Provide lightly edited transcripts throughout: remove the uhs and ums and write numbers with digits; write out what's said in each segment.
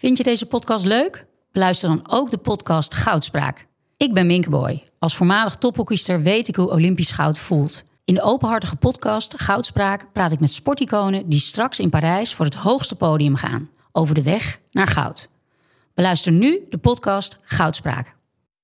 Vind je deze podcast leuk? Beluister dan ook de podcast Goudspraak. Ik ben Minke Boy. Als voormalig tophockeyster weet ik hoe Olympisch goud voelt. In de openhartige podcast Goudspraak praat ik met sporticonen die straks in Parijs voor het hoogste podium gaan. Over de weg naar goud. Beluister nu de podcast Goudspraak.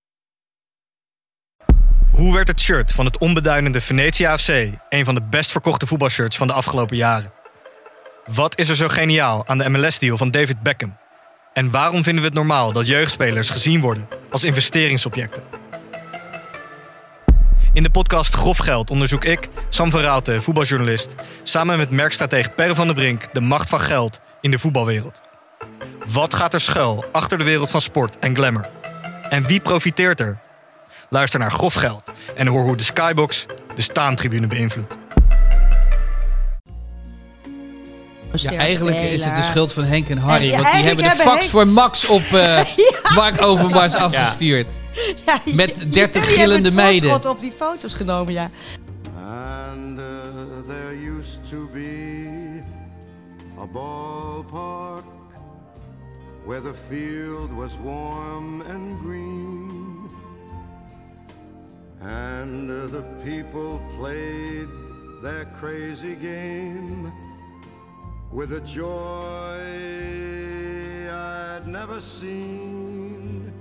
Hoe werd het shirt van het onbeduidende Venetia FC een van de best verkochte voetbalshirts van de afgelopen jaren? Wat is er zo geniaal aan de MLS-deal van David Beckham? En waarom vinden we het normaal dat jeugdspelers gezien worden als investeringsobjecten? In de podcast Grof Geld onderzoek ik, Sam van Raalte, voetbaljournalist, samen met merkstratege Per van der Brink de macht van geld in de voetbalwereld. Wat gaat er schuil achter de wereld van sport en glamour? En wie profiteert er? Luister naar Grof Geld en hoor hoe de Skybox de staantribune beïnvloedt. Ja, eigenlijk is het de schuld van Henk en Harry. Ja, want die hebben de fax voor Max op Mark Overmars afgestuurd. Ja, met 30 gillende meiden. Ik heb op die foto's genomen, ja. And there used to be a ballpark where the field was warm and green. And the people played their crazy game with a joy I'd never seen.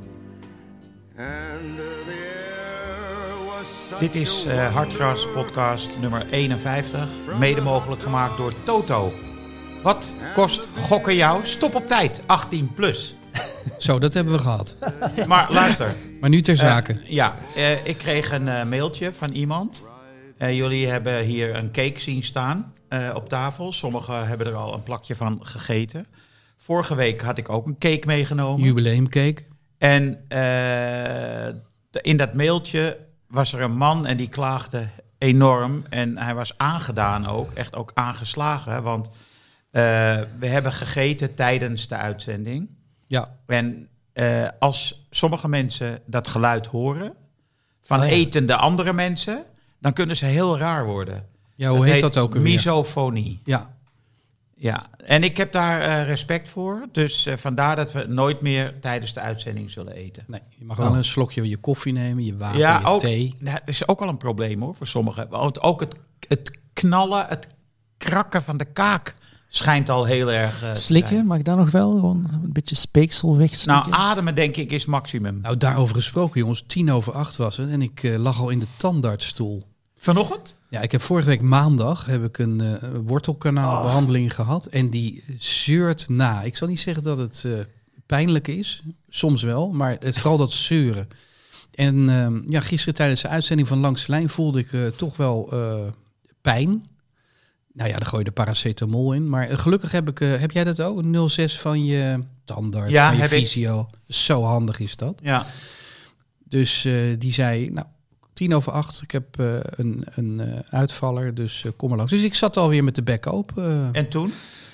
And the air was such Dit is Hartgras podcast nummer 51, mede mogelijk gemaakt door Toto. Wat kost gokken jou? Stop op tijd, 18 plus. Zo, dat hebben we gehad. Maar luister. Maar nu ter zake. Ik kreeg een mailtje van iemand. Jullie hebben hier een cake zien staan op tafel. Sommigen hebben er al een plakje van gegeten. Vorige week had ik ook een cake meegenomen. Jubileumcake. En in dat mailtje was er een man en die klaagde enorm. En hij was aangedaan ook, echt ook aangeslagen. Want we hebben gegeten tijdens de uitzending. Ja. En als sommige mensen dat geluid horen van etende andere mensen, dan kunnen ze heel raar worden. Ja, hoe heet dat ook alweer? Misofonie. Ja. Ja, en ik heb daar respect voor. Dus vandaar dat we nooit meer tijdens de uitzending zullen eten. Nee, je mag wel een slokje je koffie nemen, je water, Ja, je ook, thee. nou, dat is ook al een probleem hoor, voor sommigen. Want ook het knallen, het krakken van de kaak schijnt al heel erg slikken, mag dat nog wel? Gewoon een beetje speeksel wegslikken? Nou, ademen denk ik is maximum. Nou, daarover gesproken jongens, 7:50 was het en ik lag al in de tandartsstoel. Vanochtend? Ja, ik heb vorige week maandag een wortelkanaalbehandeling gehad en die zeurt na. Ik zal niet zeggen dat het pijnlijk is, soms wel, maar vooral dat zeuren. En gisteren tijdens de uitzending van Langs de Lijn voelde ik toch wel pijn. Nou ja, dan gooi je de paracetamol in. Maar gelukkig heb jij dat ook? 06 van je tandarts, van je fysio. Zo handig is dat. Ja. Dus die zei, nou, 7:50, ik heb een uitvaller, dus kom maar langs. Dus ik zat alweer met de bek open. En toen?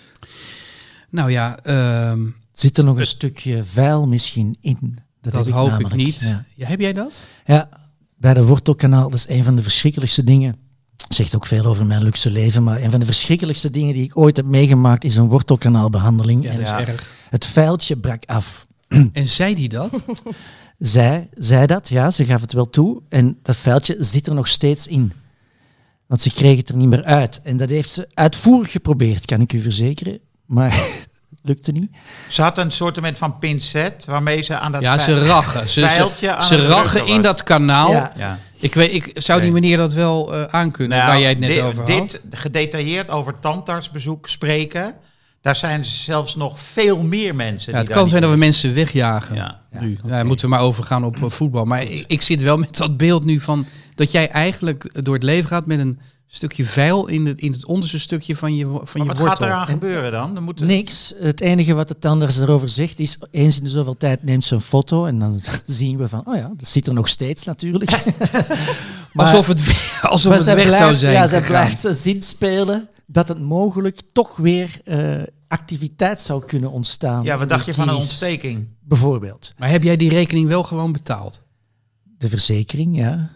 Nou ja... Zit er nog een stukje vuil misschien in? Dat hoop ik niet. Ja. Ja, heb jij dat? Ja, bij de wortelkanaal, dat is een van de verschrikkelijkste dingen. Zegt ook veel over mijn luxe leven, maar een van de verschrikkelijkste dingen die ik ooit heb meegemaakt is een wortelkanaalbehandeling. Ja, dat is erg. Het vuiltje brak af. En zei die dat? Zij zei dat, ja, ze gaf het wel toe. En dat vuiltje zit er nog steeds in. Want ze kreeg het er niet meer uit. En dat heeft ze uitvoerig geprobeerd, kan ik u verzekeren. Maar lukte niet. Ze had een soort van pincet waarmee ze aan dat ze rachen. Ze rachen in dat kanaal. Ja. Ja. Ik zou die meneer dat wel aankunnen, waar jij het net over had. Dit gedetailleerd over tandartsbezoek spreken, daar zijn zelfs nog veel meer mensen. Ja, het kan zijn dat we mensen wegjagen. Ja. Nu. Okay. Moeten we maar overgaan op voetbal. Maar ik zit wel met dat beeld nu van dat jij eigenlijk door het leven gaat met een stukje vuil in het onderste stukje van je wortel. Wat gaat eraan gebeuren dan? Niks. Het enige wat de tandarts erover zegt is, eens in de zoveel tijd neemt ze een foto en dan zien we van, oh ja, dat zit er nog steeds natuurlijk. Maar, alsof het weg zou zijn. Ja, zij blijft zinspelen dat het mogelijk toch weer activiteit zou kunnen ontstaan. Ja, wat dacht je van een ontsteking? Bijvoorbeeld. Maar heb jij die rekening wel gewoon betaald? De verzekering, ja.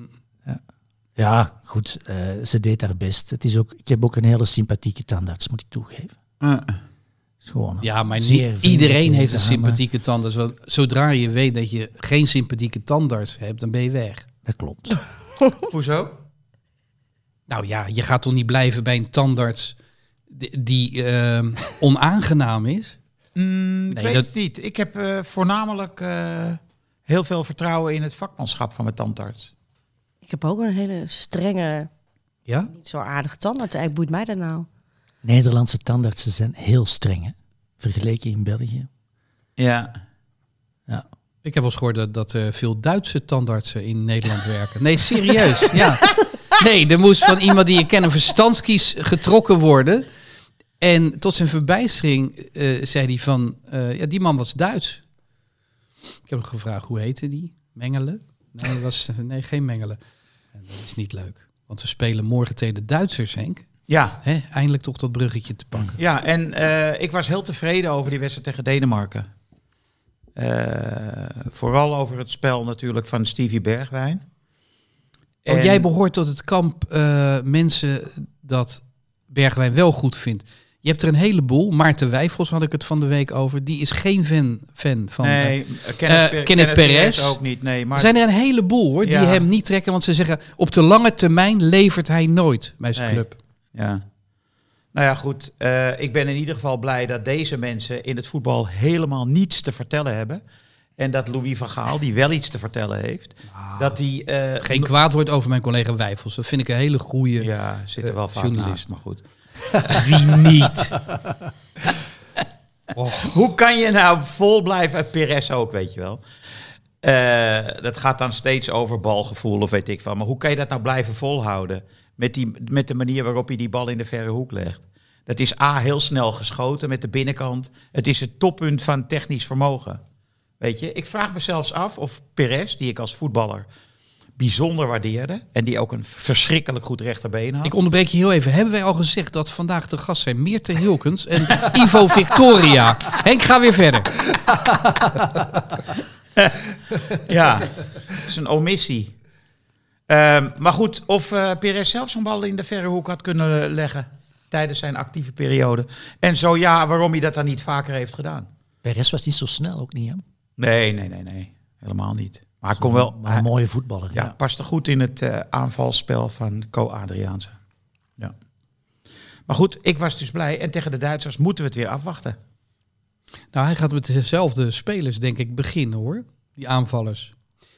Ja, goed. Ze deed haar best. Ik heb ook een hele sympathieke tandarts, moet ik toegeven. is gewoon Ja, maar zeer niet vriendelijke iedereen heeft een dame. sympathieke tandarts. Want zodra je weet dat je geen sympathieke tandarts hebt, dan ben je weg. Dat klopt. Hoezo? Nou ja, je gaat toch niet blijven bij een tandarts die onaangenaam is? Ik weet het niet. Ik heb voornamelijk heel veel vertrouwen in het vakmanschap van mijn tandarts. Ik heb ook een hele strenge, Ja? niet zo aardige tandarts. Eigenlijk boeit mij dat nou. Nederlandse tandartsen zijn heel streng, hè? Vergeleken in België. Ja. Ja. Ik heb wel eens gehoord dat veel Duitse tandartsen in Nederland werken. Nee, serieus. Ja. Nee, er moest van iemand die je kent een verstandskies getrokken worden. En tot zijn verbijstering zei hij van... die man was Duits. Ik heb hem gevraagd, hoe heette die? Mengelen? Nee, geen Mengelen. En dat is niet leuk. Want we spelen morgen tegen de Duitsers, Henk. Ja. Hè, eindelijk toch dat bruggetje te pakken. Ja, en ik was heel tevreden over die wedstrijd tegen Denemarken. Vooral over het spel natuurlijk van Stevie Bergwijn. Oh, jij behoort tot het kamp mensen dat Bergwijn wel goed vindt. Je hebt er een heleboel. Maarten Wijfels had ik het van de week over. Die is geen fan van Nee, Kenneth Perez. ook niet. Nee, maar Er zijn er een heleboel hoor, die Ja. hem niet trekken. Want ze zeggen, op de lange termijn levert hij nooit bij zijn Nee. club. Ja. Nou ja, goed. Ik ben in ieder geval blij dat deze mensen in het voetbal helemaal niets te vertellen hebben. En dat Louis van Gaal, die wel iets te vertellen heeft, dat die... Geen kwaad woord over mijn collega Wijfels. Dat vind ik een hele goeie Ja, zit er wel vaak journalist. naast, maar goed. Wie niet? Hoe kan je nou vol blijven? Perez ook, weet je wel. Dat gaat dan steeds over balgevoel of weet ik van. Maar hoe kan je dat nou blijven volhouden? Met de manier waarop je die bal in de verre hoek legt. Dat is heel snel geschoten met de binnenkant. Het is het toppunt van technisch vermogen. Weet je, ik vraag me zelfs af of Perez, die ik als voetballer bijzonder waardeerde en die ook een verschrikkelijk goed rechterbeen had. Ik onderbreek je heel even. Hebben wij al gezegd dat vandaag de gast zijn Meerte Hilkens en Ivo Victoria? Henk, ga weer verder. Ja, dat is een omissie. Maar goed, of Perez zelf zo'n bal in de verre hoek had kunnen leggen tijdens zijn actieve periode. En zo ja, waarom hij dat dan niet vaker heeft gedaan. Perez was niet zo snel ook niet, hè? Nee. Helemaal niet. Maar hij kon wel... Maar een mooie voetballer. Ja, paste goed in het aanvalsspel van Co Adriaanse. Ja. Maar goed, ik was dus blij. En tegen de Duitsers moeten we het weer afwachten. Nou, hij gaat met dezelfde spelers, denk ik, beginnen hoor. Die aanvallers.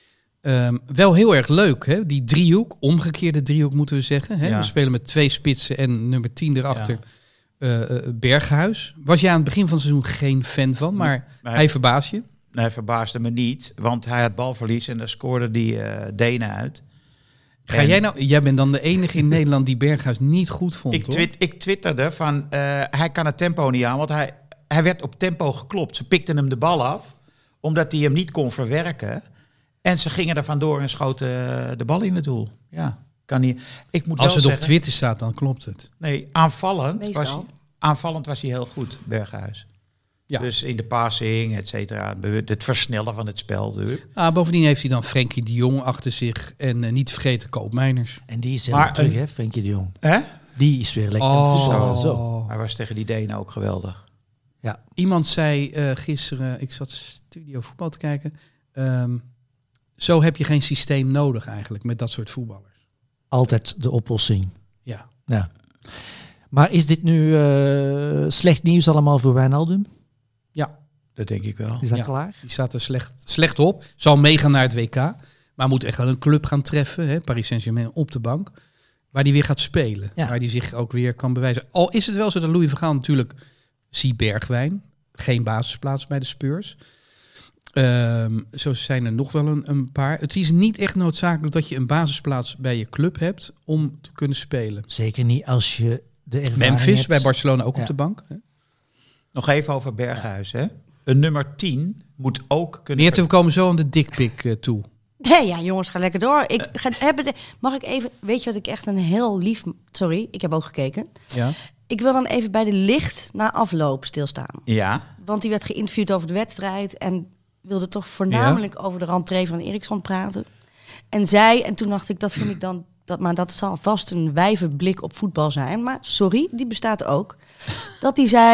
Wel heel erg leuk, hè? Die driehoek, omgekeerde driehoek moeten we zeggen. Hè? Ja. We spelen met 2 spitsen en nummer 10 erachter. Berghuis. Was jij aan het begin van het seizoen geen fan van, maar hij verbaast je. Hij verbaasde me niet, want hij had balverlies en daar scoorde die Denen uit. Jij bent dan de enige in Nederland die Berghuis niet goed vond, Ik twitterde van, hij kan het tempo niet aan, want hij werd op tempo geklopt. Ze pikten hem de bal af, omdat hij hem niet kon verwerken. En ze gingen er vandoor en schoten de bal in het doel. Ja, kan niet. Ik moet Als wel het zeggen, op Twitter staat, dan klopt het. Nee, Meestal. aanvallend was hij heel goed, Berghuis. Ja. Dus in de passing, et cetera. Het versnellen van het spel. Bovendien heeft hij dan Frenkie de Jong achter zich en niet te vergeten Koopmeiners. En die is Maar helemaal terug, hè, Frenkie de Jong. Hè? Die is weer lekker aan het voetballen. Zo. Hij was tegen die Denen ook geweldig. Ja. Iemand zei gisteren, ik zat studio voetbal te kijken, zo heb je geen systeem nodig eigenlijk met dat soort voetballers. Altijd de oplossing. Ja. Ja. Maar is dit nu slecht nieuws allemaal voor Wijnaldum? Ja, Dat denk ik wel. Is dat Ja. klaar? die staat er slecht op. Zal meegaan naar het WK, maar moet echt wel een club gaan treffen, hè? Paris Saint-Germain op de bank, waar die weer gaat spelen. Ja. Waar die zich ook weer kan bewijzen. Al is het wel zo dat Louis van Gaal natuurlijk, zie Bergwijn, geen basisplaats bij de Spurs. Zo zijn er nog wel een paar. Het is niet echt noodzakelijk dat je een basisplaats bij je club hebt om te kunnen spelen. Zeker niet als je de ervaring Memphis hebt. bij Barcelona ook Ja. op de bank. Hè? Nog even over Berghuis. Hè? Een nummer 10 moet ook kunnen... Meerte, we komen zo aan de dikpik toe. Nee, ja, jongens, ga lekker door. Mag ik even... Weet je wat ik echt een heel lief... Sorry, ik heb ook gekeken. Ja. Ik wil dan even bij de licht na afloop stilstaan. Ja, Want die werd geïnterviewd over de wedstrijd en wilde toch voornamelijk over de rentree van Eriksson praten. En toen dacht ik, dat vind ik dan... Maar dat zal vast een wijve blik op voetbal zijn. Maar sorry, die bestaat ook. Dat hij zei,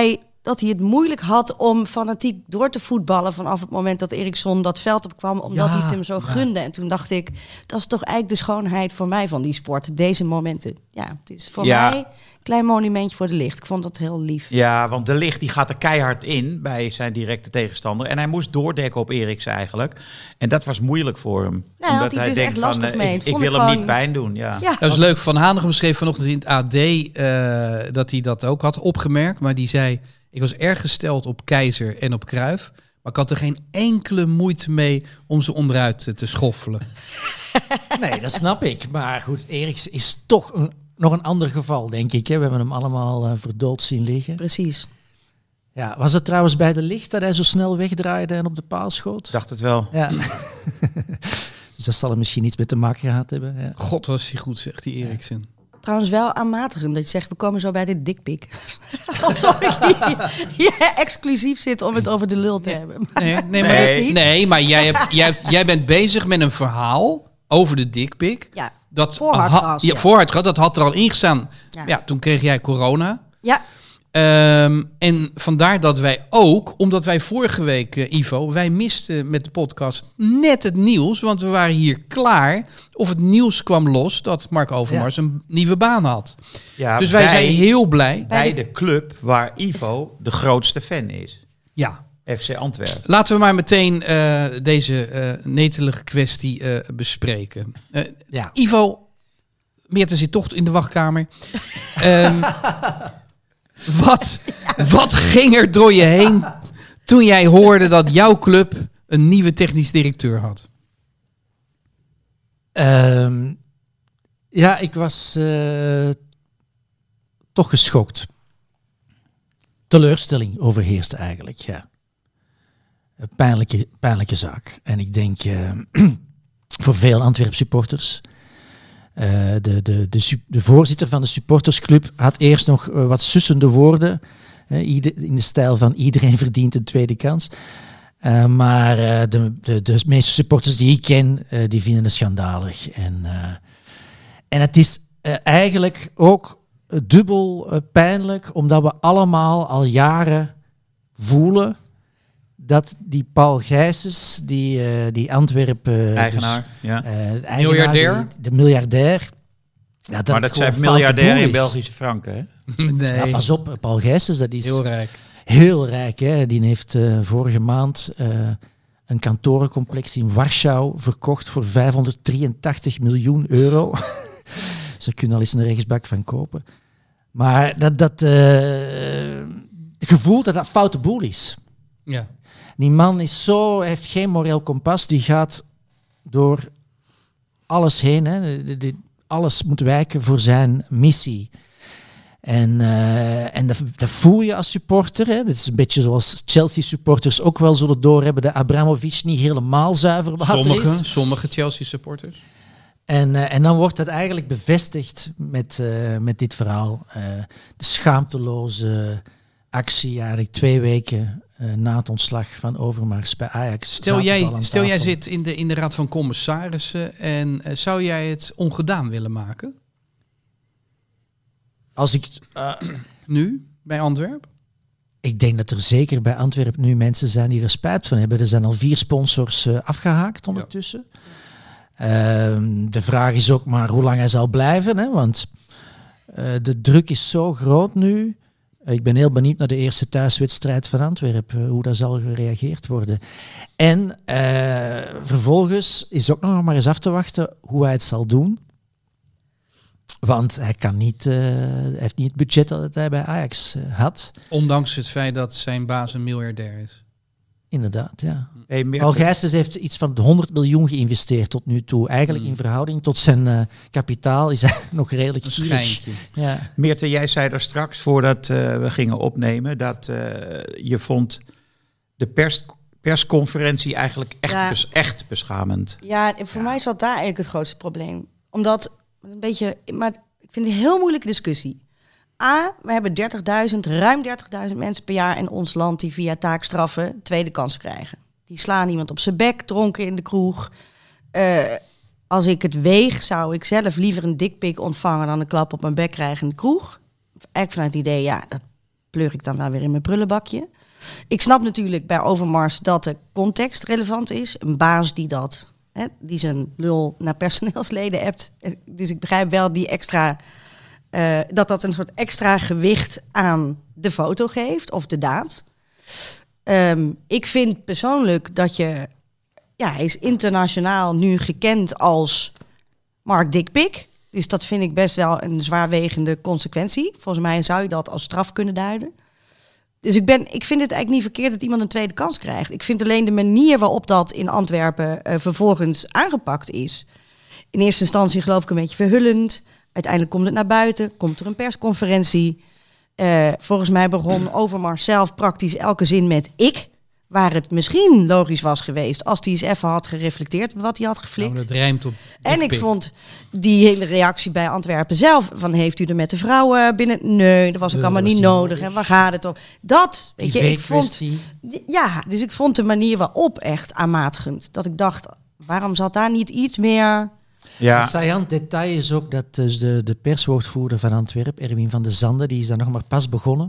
dat hij het moeilijk had om fanatiek door te voetballen vanaf het moment dat Eriksson dat veld opkwam, omdat hij het hem zo gunde. En toen dacht ik, dat is toch eigenlijk de schoonheid voor mij van die sport. Deze momenten. Ja, het is voor mij een klein monumentje voor De Ligt. Ik vond dat heel lief. Ja, want De Ligt die gaat er keihard in bij zijn directe tegenstander. En hij moest doordekken op Eriksen eigenlijk. En dat was moeilijk voor hem. Nou, omdat hij dus denkt echt lastig van, mee. ik wil hem niet pijn doen. Ja. Dat is leuk. Van Hanegem beschreef vanochtend in het AD dat hij dat ook had opgemerkt. Maar die zei, ik was erg gesteld op Keizer en op Cruijff. Maar ik had er geen enkele moeite mee om ze onderuit te schoffelen. Nee, dat snap ik. Maar goed, Eriksen is toch nog een ander geval, denk ik. Hè. We hebben hem allemaal verdood zien liggen. Precies. Ja, was het trouwens bij De Ligt dat hij zo snel wegdraaide en op de paal schoot? Ik dacht het wel. Ja. Dus dat zal er misschien iets mee te maken gehad hebben. Ja. God, was hij goed, zegt die Eriksen. Trouwens wel aanmatigend dat je zegt, we komen zo bij de dikpik. Alsof ik hier exclusief zit om het over de lul te hebben. Maar jij bent bezig met een verhaal over de dikpik. Ja, Dat voorhardgras. Voorhardgras, dat had er al ingestaan. Ja. Ja, toen kreeg jij corona. Ja, En vandaar dat wij ook, omdat wij vorige week, Ivo, wij misten met de podcast net het nieuws. Want we waren hier klaar. Of het nieuws kwam los dat Mark Overmars een nieuwe baan had. Ja, Dus wij zijn heel blij. Bij de club waar Ivo de grootste fan is. Ja. FC Antwerpen. Laten we maar meteen deze netelige kwestie bespreken. Ja. Ivo, Meerte zit toch in de wachtkamer. Wat ging er door je heen toen jij hoorde dat jouw club een nieuwe technisch directeur had? Ja, ik was toch geschokt. Teleurstelling overheerste eigenlijk, ja. Een pijnlijke zaak. En ik denk voor veel Antwerp supporters. De voorzitter van de supportersclub had eerst nog wat sussende woorden. In de stijl van iedereen verdient een tweede kans. Maar de meeste supporters die ik ken, die vinden het schandalig. En het is eigenlijk ook dubbel pijnlijk, omdat we allemaal al jaren voelen dat die Paul Gijsens, die Antwerpen... Eigenaar, Miljardair? De miljardair. Ja, maar dat zijn miljardair in Belgische franken, hè? Nee. Ja, pas op, Paul Gijsens, dat is Heel rijk. heel rijk. Hè? Die heeft vorige maand een kantorencomplex in Warschau verkocht voor 583 miljoen euro. Ze kunnen al eens een rechtsbak van kopen. Maar het gevoel dat foute boel is. Ja. Die man is heeft geen moreel kompas. Die gaat door alles heen. Hè. Alles moet wijken voor zijn missie. En dat voel je als supporter. Hè. Dat is een beetje zoals Chelsea-supporters ook wel zullen doorhebben dat Abramovich niet helemaal zuiver is. Sommige Chelsea-supporters. En dan wordt dat eigenlijk bevestigd met dit verhaal. De schaamteloze actie eigenlijk 2 weken na het ontslag van Overmars bij Ajax. Stel jij zit in de raad van commissarissen en zou jij het ongedaan willen maken? Als ik Nu, bij Antwerpen? Ik denk dat er zeker bij Antwerpen nu mensen zijn die er spijt van hebben. Er zijn al 4 sponsors afgehaakt ondertussen. Ja. De vraag is ook maar hoe lang hij zal blijven. Hè? Want de druk is zo groot nu. Ik ben heel benieuwd naar de eerste thuiswedstrijd van Antwerpen. Hoe daar zal gereageerd worden. En vervolgens is ook nog maar eens af te wachten hoe hij het zal doen. Want hij kan niet, heeft niet het budget dat hij bij Ajax had. Ondanks het feit dat zijn baas een miljardair is. Inderdaad, ja. Hey, Paul Gijsens heeft iets van 100 miljoen geïnvesteerd tot nu toe. Eigenlijk in verhouding tot zijn kapitaal is hij nog redelijk een gierig. schijntje. Ja. Meerte, jij zei daar straks voordat we gingen opnemen dat je vond de persconferentie eigenlijk echt beschamend. Ja, voor mij zat daar eigenlijk het grootste probleem. Omdat, maar ik vind het een heel moeilijke discussie. We hebben ruim 30.000 mensen per jaar in ons land die via taakstraffen tweede kansen krijgen. Die slaan iemand op zijn bek, dronken in de kroeg. Als ik het weeg, zou ik zelf liever een dikpik ontvangen dan een klap op mijn bek krijgen in de kroeg. Eigenlijk vanuit het idee, pleur ik dan wel weer in mijn prullenbakje. Ik snap natuurlijk bij Overmars dat de context relevant is. Een baas die die zijn lul naar personeelsleden hebt. Dus ik begrijp wel die extra, dat een soort extra gewicht aan de foto geeft of de daad. Ik vind persoonlijk dat hij is internationaal nu gekend als Mark Dickpick. Dus dat vind ik best wel een zwaarwegende consequentie. Volgens mij zou je dat als straf kunnen duiden. Dus ik vind het eigenlijk niet verkeerd dat iemand een tweede kans krijgt. Ik vind alleen de manier waarop dat in Antwerpen vervolgens aangepakt is. In eerste instantie geloof ik een beetje verhullend. Uiteindelijk komt het naar buiten, komt er een persconferentie. Volgens mij begon Overmars zelf praktisch elke zin met ik. Waar het misschien logisch was geweest als hij eens even had gereflecteerd op wat hij had geflikt. Nou, dat rijmt op en ik vond die hele reactie bij Antwerpen zelf van heeft u er met de vrouwen binnen? Nee, dat was ook allemaal niet nodig. En waar gaat het om? Dat, weet je, ik vond. Ja, dus ik vond de manier waarop echt aanmatigend. Dat ik dacht, waarom zat daar niet iets meer? Ja. Een saillant detail is ook dat dus de perswoordvoerder van Antwerpen, Erwin van de Zande, die is dan nog maar pas begonnen.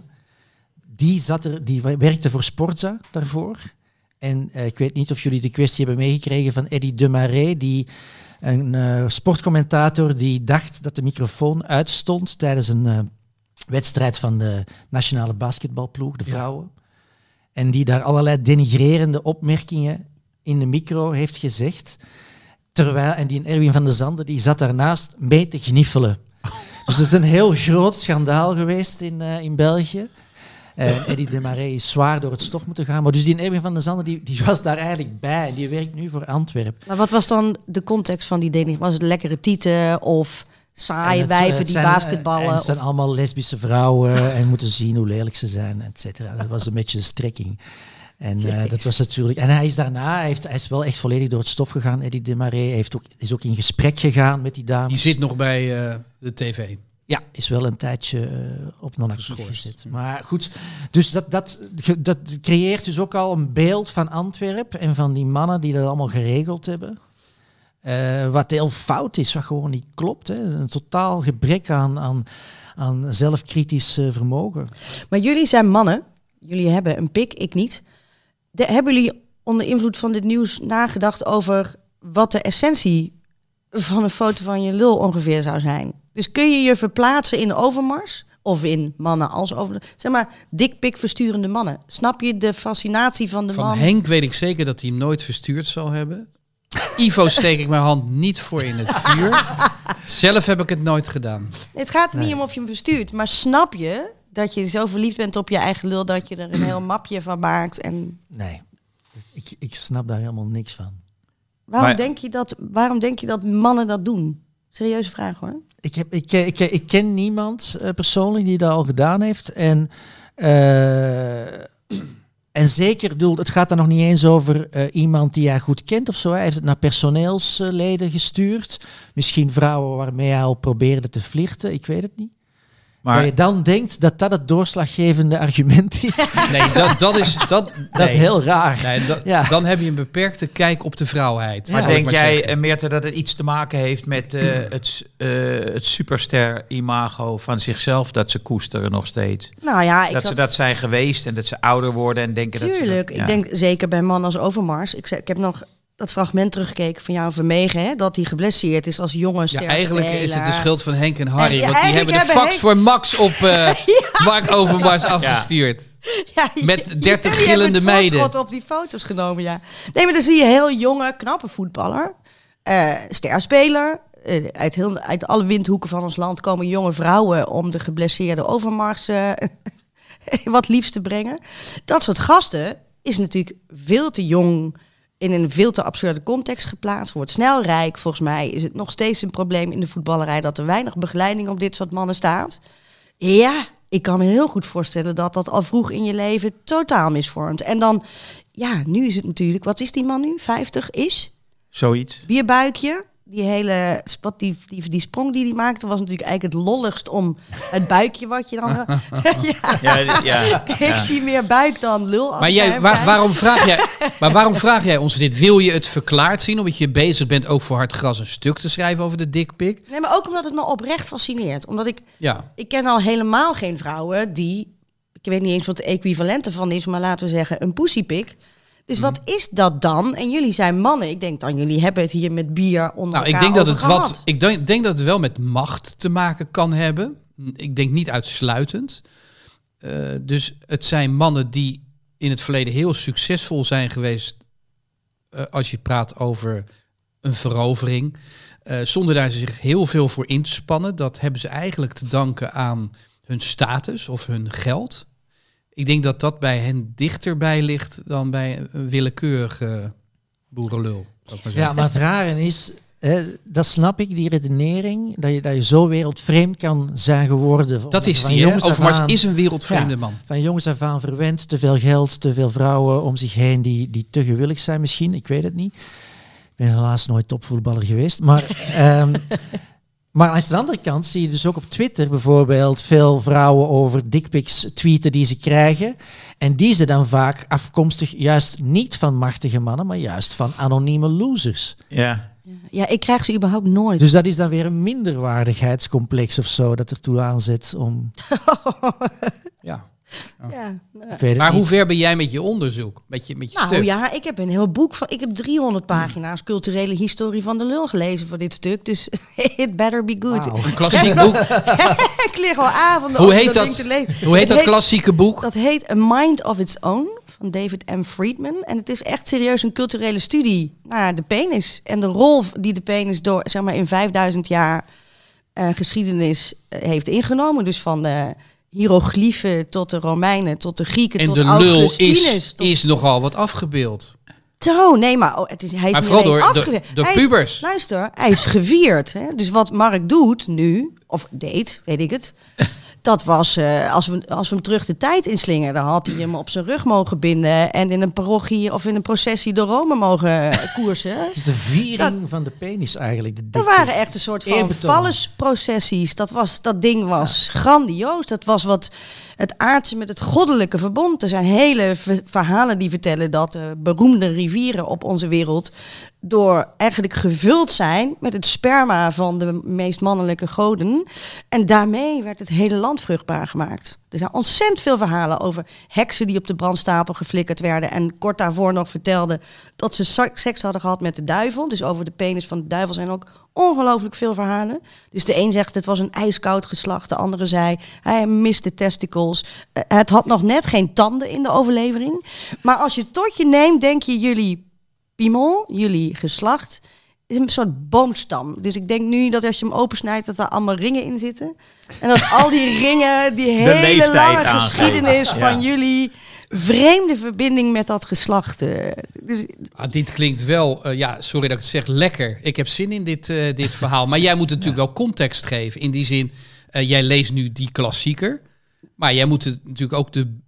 Die werkte voor Sportza daarvoor. En ik weet niet of jullie de kwestie hebben meegekregen van Eddy de Marais, een sportcommentator die dacht dat de microfoon uitstond tijdens een wedstrijd van de nationale basketbalploeg, de vrouwen. En die daar allerlei denigrerende opmerkingen in de micro heeft gezegd. En die Erwin van de Zande die zat daarnaast mee te gniffelen. Dus dat is een heel groot schandaal geweest in België. Eddy de Marais is zwaar door het stof moeten gaan. Maar dus die Erwin van der Zanden die was daar eigenlijk bij. En die werkt nu voor Antwerpen. Maar wat was dan de context van die deling? Was het lekkere tieten of saaie wijven die basketballen? Het zijn allemaal lesbische vrouwen en moeten zien hoe lelijk ze zijn, et cetera. Dat was een beetje de strekking. En dat was natuurlijk. En hij is daarna, hij is wel echt volledig door het stof gegaan. Eddy de Marais is ook in gesprek gegaan met die dames. Die zit nog bij de tv. Ja, is wel een tijdje op non-actief gezet. Maar goed, dus dat creëert dus ook al een beeld van Antwerpen en van die mannen die dat allemaal geregeld hebben. Wat heel fout is, wat gewoon niet klopt. Hè. Een totaal gebrek aan zelfkritisch vermogen. Maar jullie zijn mannen, jullie hebben een pik, ik niet. Hebben jullie onder invloed van dit nieuws nagedacht over wat de essentie van een foto van je lul ongeveer zou zijn? Dus kun je je verplaatsen in Overmars of in mannen als zeg maar dikpik versturende mannen? Snap je de fascinatie van de man? Van Henk weet ik zeker dat hij hem nooit verstuurd zal hebben. Ivo steek ik mijn hand niet voor in het vuur. Zelf heb ik het nooit gedaan. Het gaat er niet om of je hem verstuurt, maar snap je dat je zo verliefd bent op je eigen lul dat je er een heel mapje van maakt? Nee, ik snap daar helemaal niks van. Waarom denk je dat mannen dat doen? Serieuze vraag hoor. Ik ken niemand persoonlijk die dat al gedaan heeft. En zeker, het gaat dan nog niet eens over iemand die hij goed kent of zo. Hij heeft het naar personeelsleden gestuurd. Misschien vrouwen waarmee hij al probeerde te flirten. Ik weet het niet. Maar dat je dan denkt dat dat het doorslaggevende argument is. Nee, dat is heel raar. Nee, dan heb je een beperkte kijk op de vrouwheid. Maar denk jij, Meerte, dat het iets te maken heeft met het superster-imago van zichzelf dat ze koesteren nog steeds? Nou ja, ze dat zijn geweest en dat ze ouder worden en denken Tuurlijk, dat ze... ik denk zeker bij mannen als Overmars. Ik heb nog dat fragment teruggekeken van jou Vermegen, hè, dat hij geblesseerd is als jonge ster. Ja, eigenlijk is het de schuld van Henk en Harry, want die hebben de fax voor Max op Mark Overmars afgestuurd. Ja, met 30 gillende meiden. Ik heb op die foto's genomen, ja. Nee, maar dan zie je heel jonge, knappe voetballer, sterspeler. Uit alle windhoeken van ons land komen jonge vrouwen om de geblesseerde Overmars wat liefst te brengen. Dat soort gasten is natuurlijk veel te jong, in een veel te absurde context geplaatst, wordt snel rijk. Volgens mij is het nog steeds een probleem in de voetballerij dat er weinig begeleiding op dit soort mannen staat. Ja, ik kan me heel goed voorstellen dat dat al vroeg in je leven totaal misvormt. En dan, ja, nu is het natuurlijk, wat is die man nu? 50 is? Zoiets. Bierbuikje. Die hele die sprong die hij maakte was natuurlijk eigenlijk het lolligst om het buikje wat je dan... Ik zie meer buik dan lul. Maar waarom vraag jij ons dit? Wil je het verklaard zien omdat je bezig bent ook voor Hartgras een stuk te schrijven over de dikpik? Nee, maar ook omdat het me oprecht fascineert. Omdat ik ken al helemaal geen vrouwen die... Ik Ik weet niet eens wat de equivalent ervan is, maar laten we zeggen een pussypik. Dus wat is dat dan? En jullie zijn mannen. Ik denk dan, jullie hebben het hier met bier onder elkaar ik denk dat het gehad. ik denk dat het wel met macht te maken kan hebben. Ik denk niet uitsluitend. Dus het zijn mannen die in het verleden heel succesvol zijn geweest. Als je praat over een verovering. Zonder daar zich heel veel voor in te spannen. Dat hebben ze eigenlijk te danken aan hun status of hun geld. Ik denk dat dat bij hen dichterbij ligt dan bij een willekeurige boerenlul. zou ik maar zeggen. Ja, maar het rare is, dat snap ik, die redenering, dat je zo wereldvreemd kan zijn geworden. Dat is van die, hè? jongs af Overmars aan. is een wereldvreemde Ja. man. Van jongens af aan verwend, te veel geld, te veel vrouwen om zich heen die te gewillig zijn misschien, ik weet het niet. Ik ben helaas nooit topvoetballer geweest, maar... Maar aan de andere kant zie je dus ook op Twitter bijvoorbeeld veel vrouwen over dickpics tweeten die ze krijgen. En die ze dan vaak afkomstig juist niet van machtige mannen, maar juist van anonieme losers. Ja. Ja, ik krijg ze überhaupt nooit. Dus dat is dan weer een minderwaardigheidscomplex of zo dat ertoe aanzet om... Ja. ja. Ik weet het Maar niet. hoe ver ben jij met je onderzoek? Met je Nou stuk? ja, ik heb een heel boek van... Ik heb 300 pagina's culturele historie van de lul gelezen voor dit stuk. Dus it better be good. Wauw. Een klassiek boek. Ik lig al avonden Hoe over heet ding dat? te lezen. Hoe heet Het dat klassieke boek? Dat heet A Mind of Its Own van David M. Friedman. En het is echt serieus een culturele studie naar de penis. En de rol die de penis door, zeg maar, in 5000 jaar geschiedenis heeft ingenomen. Dus van de hiërogliefen tot de Romeinen, tot de Grieken, En tot de lul Augustinus. is nogal wat afgebeeld. Nee, maar hij is Maar niet vooral alleen door afgeweerd. de Hij is- pubers. Luister, hij is gevierd. Hè? Dus wat Mark doet nu, of deed, weet ik het. Dat was, als we hem terug de tijd inslingerden, had hij hem op zijn rug mogen binden en in een parochie of in een processie door Rome mogen koersen. Het is de viering van de penis eigenlijk. De Er dikke. waren echt een soort van Eerbetoon. vallesprocessies. Dat ding was grandioos. Dat was wat het aardse met het goddelijke verbond. Er zijn hele verhalen die vertellen dat de beroemde rivieren op onze wereld door eigenlijk gevuld zijn met het sperma van de meest mannelijke goden. En daarmee werd het hele land vruchtbaar gemaakt. Er zijn ontzettend veel verhalen over heksen die op de brandstapel geflikkerd werden en kort daarvoor nog vertelden dat ze seks hadden gehad met de duivel. Dus over de penis van de duivel zijn ook ongelooflijk veel verhalen. Dus de een zegt het was een ijskoud geslacht, de andere zei hij miste testicles. Het had nog net geen tanden in de overlevering. Maar als je het tot je neemt, denk je jullie piemel, jullie geslacht, is een soort boomstam. Dus ik denk nu dat als je hem opensnijdt, dat er allemaal ringen in zitten. En dat al die ringen, die hele leeftijd lange aangeven. geschiedenis Ja. van jullie vreemde verbinding met dat geslacht. Dus, Dit klinkt wel, sorry dat ik het zeg, lekker. Ik heb zin in dit verhaal. Maar jij moet natuurlijk wel context geven. In die zin, jij leest nu die klassieker. Maar jij moet natuurlijk ook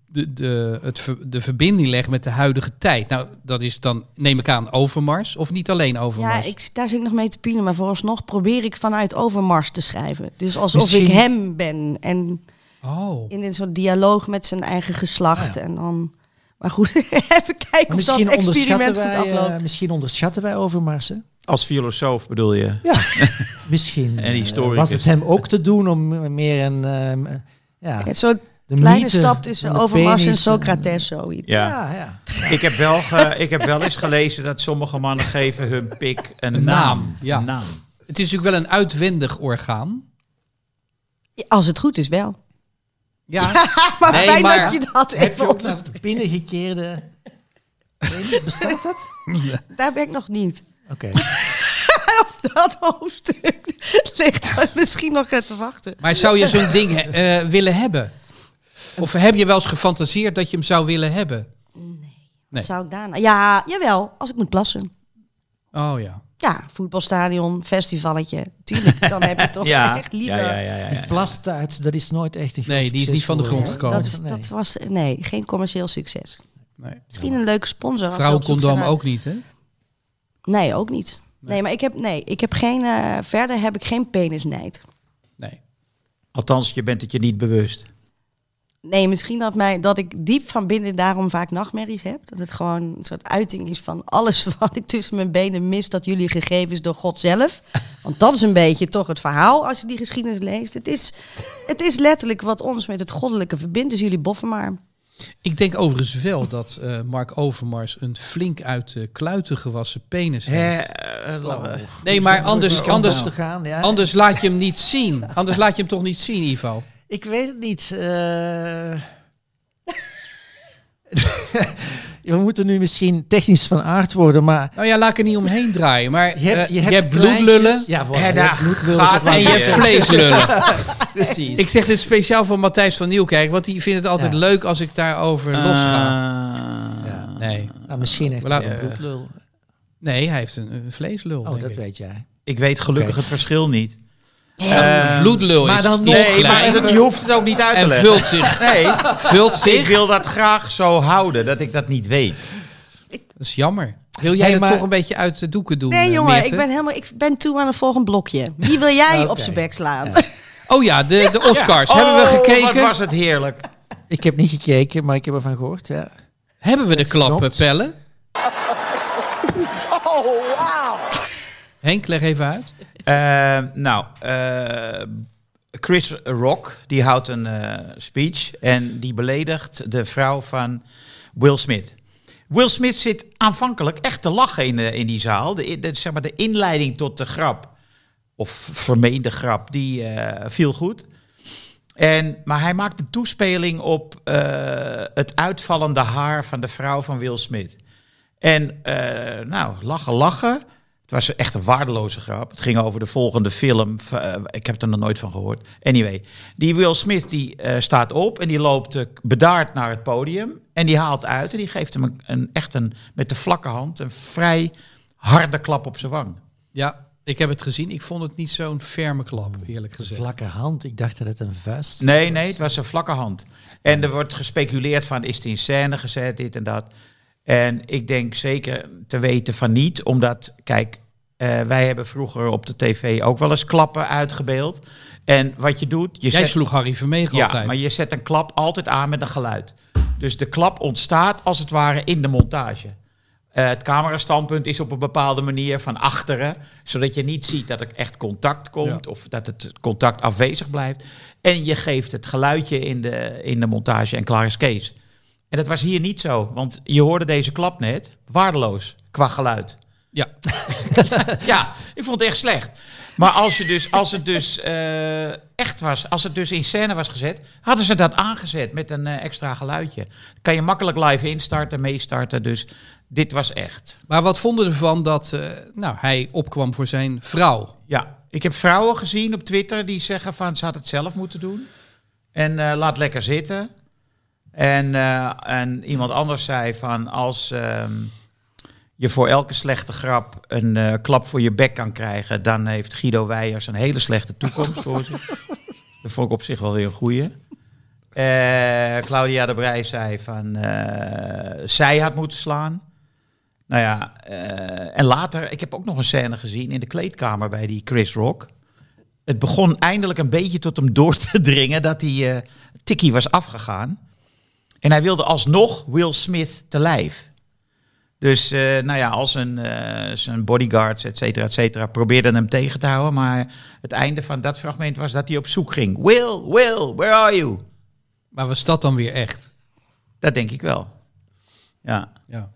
de verbinding leggen met de huidige tijd. Nou, dat is dan, neem ik aan, Overmars. Of niet alleen Overmars? ja, daar zit ik nog mee te pielen. Maar vooralsnog probeer ik vanuit Overmars te schrijven. Dus alsof ik Misschien- hem ben. En Oh. in een soort dialoog met zijn eigen geslacht. Ja. En dan... Maar goed, even kijken of dat experiment goed afloopt. Misschien onderschatten wij Overmars, hè? Als filosoof bedoel je? Ja, misschien En historicus. was het hem ook te doen om meer een... Een soort de kleine mythe stap tussen van de Overmars en penis, Socrates, zoiets. Ja. Ja. Ik heb wel eens gelezen dat sommige mannen geven hun pik een naam. Ja. Een naam. Het is natuurlijk wel een uitwendig orgaan. Als het goed is wel. Ja, Maar Nee, fijn maar dat je dat Heb je even ook nog het binnengekeerde... Weet je, bestaat dat? Daar ben ik nog niet. Oké. Dat hoofdstuk ligt daar misschien nog te wachten. maar zou je zo'n ding willen hebben? Of heb je wel eens gefantaseerd dat je hem zou willen hebben? Nee. Wat zou ik daarna? Ja, jawel, als ik moet plassen. Oh ja. Ja, voetbalstadion, festivalletje. Tuurlijk, dan heb je toch Ja. echt liever. Ja. Plastuit, dat is nooit echt een groot Nee, die is niet van de succes grond geworden, gekomen. hè? Dat was, nee, geen commercieel succes. Nee. Misschien een leuke sponsor. als we op zoek Vrouwencondoom zijn naar- ook niet, hè? Nee, ook niet. Nee, maar ik heb geen, verder heb ik geen penisnijd. Nee. Althans, je bent het je niet bewust. Nee, misschien dat ik diep van binnen daarom vaak nachtmerries heb. Dat het gewoon een soort uiting is van alles wat ik tussen mijn benen mis, dat jullie gegeven is door God zelf. Want dat is een beetje toch het verhaal als je die geschiedenis leest. Het is letterlijk wat ons met het goddelijke verbindt, dus jullie boffen maar. Ik denk overigens wel dat Mark Overmars een flink uit de kluiten gewassen penis heeft. Nee, maar anders laat je hem niet zien. Anders laat je hem toch niet zien, Ivo? Ik weet het niet. We moeten nu misschien technisch van aard worden, maar... Nou ja, laat ik er niet omheen draaien. Maar Je hebt hebt bloedlullen Ja, En daar gaat en je hebt vleeslullen. Precies. Ik zeg dit speciaal voor Matthijs van Nieuwkerk, want die vindt het altijd leuk als ik daarover losga. Nee. Nou, misschien heeft hij een bloedlul. Nee, hij heeft een vleeslul, Oh, denk dat ik. weet jij. Ik weet gelukkig het verschil niet. Bloedlul maar is dan nog nog Nee, maar klein je hoeft het ook niet uit te en leggen. vult Ik zich. wil dat graag zo houden, dat ik dat niet weet. Dat is jammer. Wil jij dat maar- toch een beetje uit de doeken doen? Nee, jongen, Meerte? ik ben toe aan het volgende blokje. Wie wil jij op zijn bek slaan? Oh ja, de Oscars. Hebben we gekeken? Wat was het heerlijk. Ik heb niet gekeken, maar ik heb ervan gehoord. Ja. Hebben we de klappen, klopt. Pelle? Henk, leg even uit. Chris Rock, die houdt een speech en die beledigt de vrouw van Will Smith. Will Smith zit aanvankelijk echt te lachen in die zaal. De inleiding tot de grap, of vermeende grap, die viel goed. Maar hij maakt een toespeling op het uitvallende haar van de vrouw van Will Smith. En lachen. Het was echt een waardeloze grap. Het ging over de volgende film. Ik heb er nog nooit van gehoord. Anyway, die Will Smith die staat op en die loopt bedaard naar het podium. En die haalt uit en die geeft hem met de vlakke hand een vrij harde klap op zijn wang. Ja, ik heb het gezien. Ik vond het niet zo'n ferme klap, eerlijk gezegd. Vlakke hand. Ik dacht dat het een vuist Nee, het was een vlakke hand. En er wordt gespeculeerd van, is het in scène gezet, dit en dat. En ik denk zeker te weten van niet, omdat, kijk, wij hebben vroeger op de tv ook wel eens klappen uitgebeeld. En wat je doet... Jij sloeg Harry Vermegen altijd. Ja, maar je zet een klap altijd aan met een geluid. Dus de klap ontstaat als het ware in de montage. Het camerastandpunt is op een bepaalde manier van achteren, zodat je niet ziet dat er echt contact komt of dat het contact afwezig blijft. En je geeft het geluidje in de montage en klaar is Kees. En dat was hier niet zo, want je hoorde deze klap net, waardeloos qua geluid. Ja. Ja, ik vond het echt slecht. Maar als het dus in scène was gezet, hadden ze dat aangezet met een extra geluidje. Kan je makkelijk live instarten, meestarten, dus dit was echt. Maar wat vonden we ervan dat hij opkwam voor zijn vrouw? Ja, ik heb vrouwen gezien op Twitter die zeggen van ze had het zelf moeten doen. En laat lekker zitten. En iemand anders zei van als je voor elke slechte grap een klap voor je bek kan krijgen, dan heeft Guido Weijers een hele slechte toekomst voor zich. Dat vond ik op zich wel weer een goeie. Claudia de Brij zei van zij had moeten slaan. Nou ja, en later, ik heb ook nog een scène gezien in de kleedkamer bij die Chris Rock. Het begon eindelijk een beetje tot hem door te dringen dat die tikkie was afgegaan. En hij wilde alsnog Will Smith te lijf. Dus als zijn bodyguards, et cetera, probeerden hem tegen te houden. Maar het einde van dat fragment was dat hij op zoek ging. Will, where are you? Maar was dat dan weer echt? Dat denk ik wel. Ja. Ja.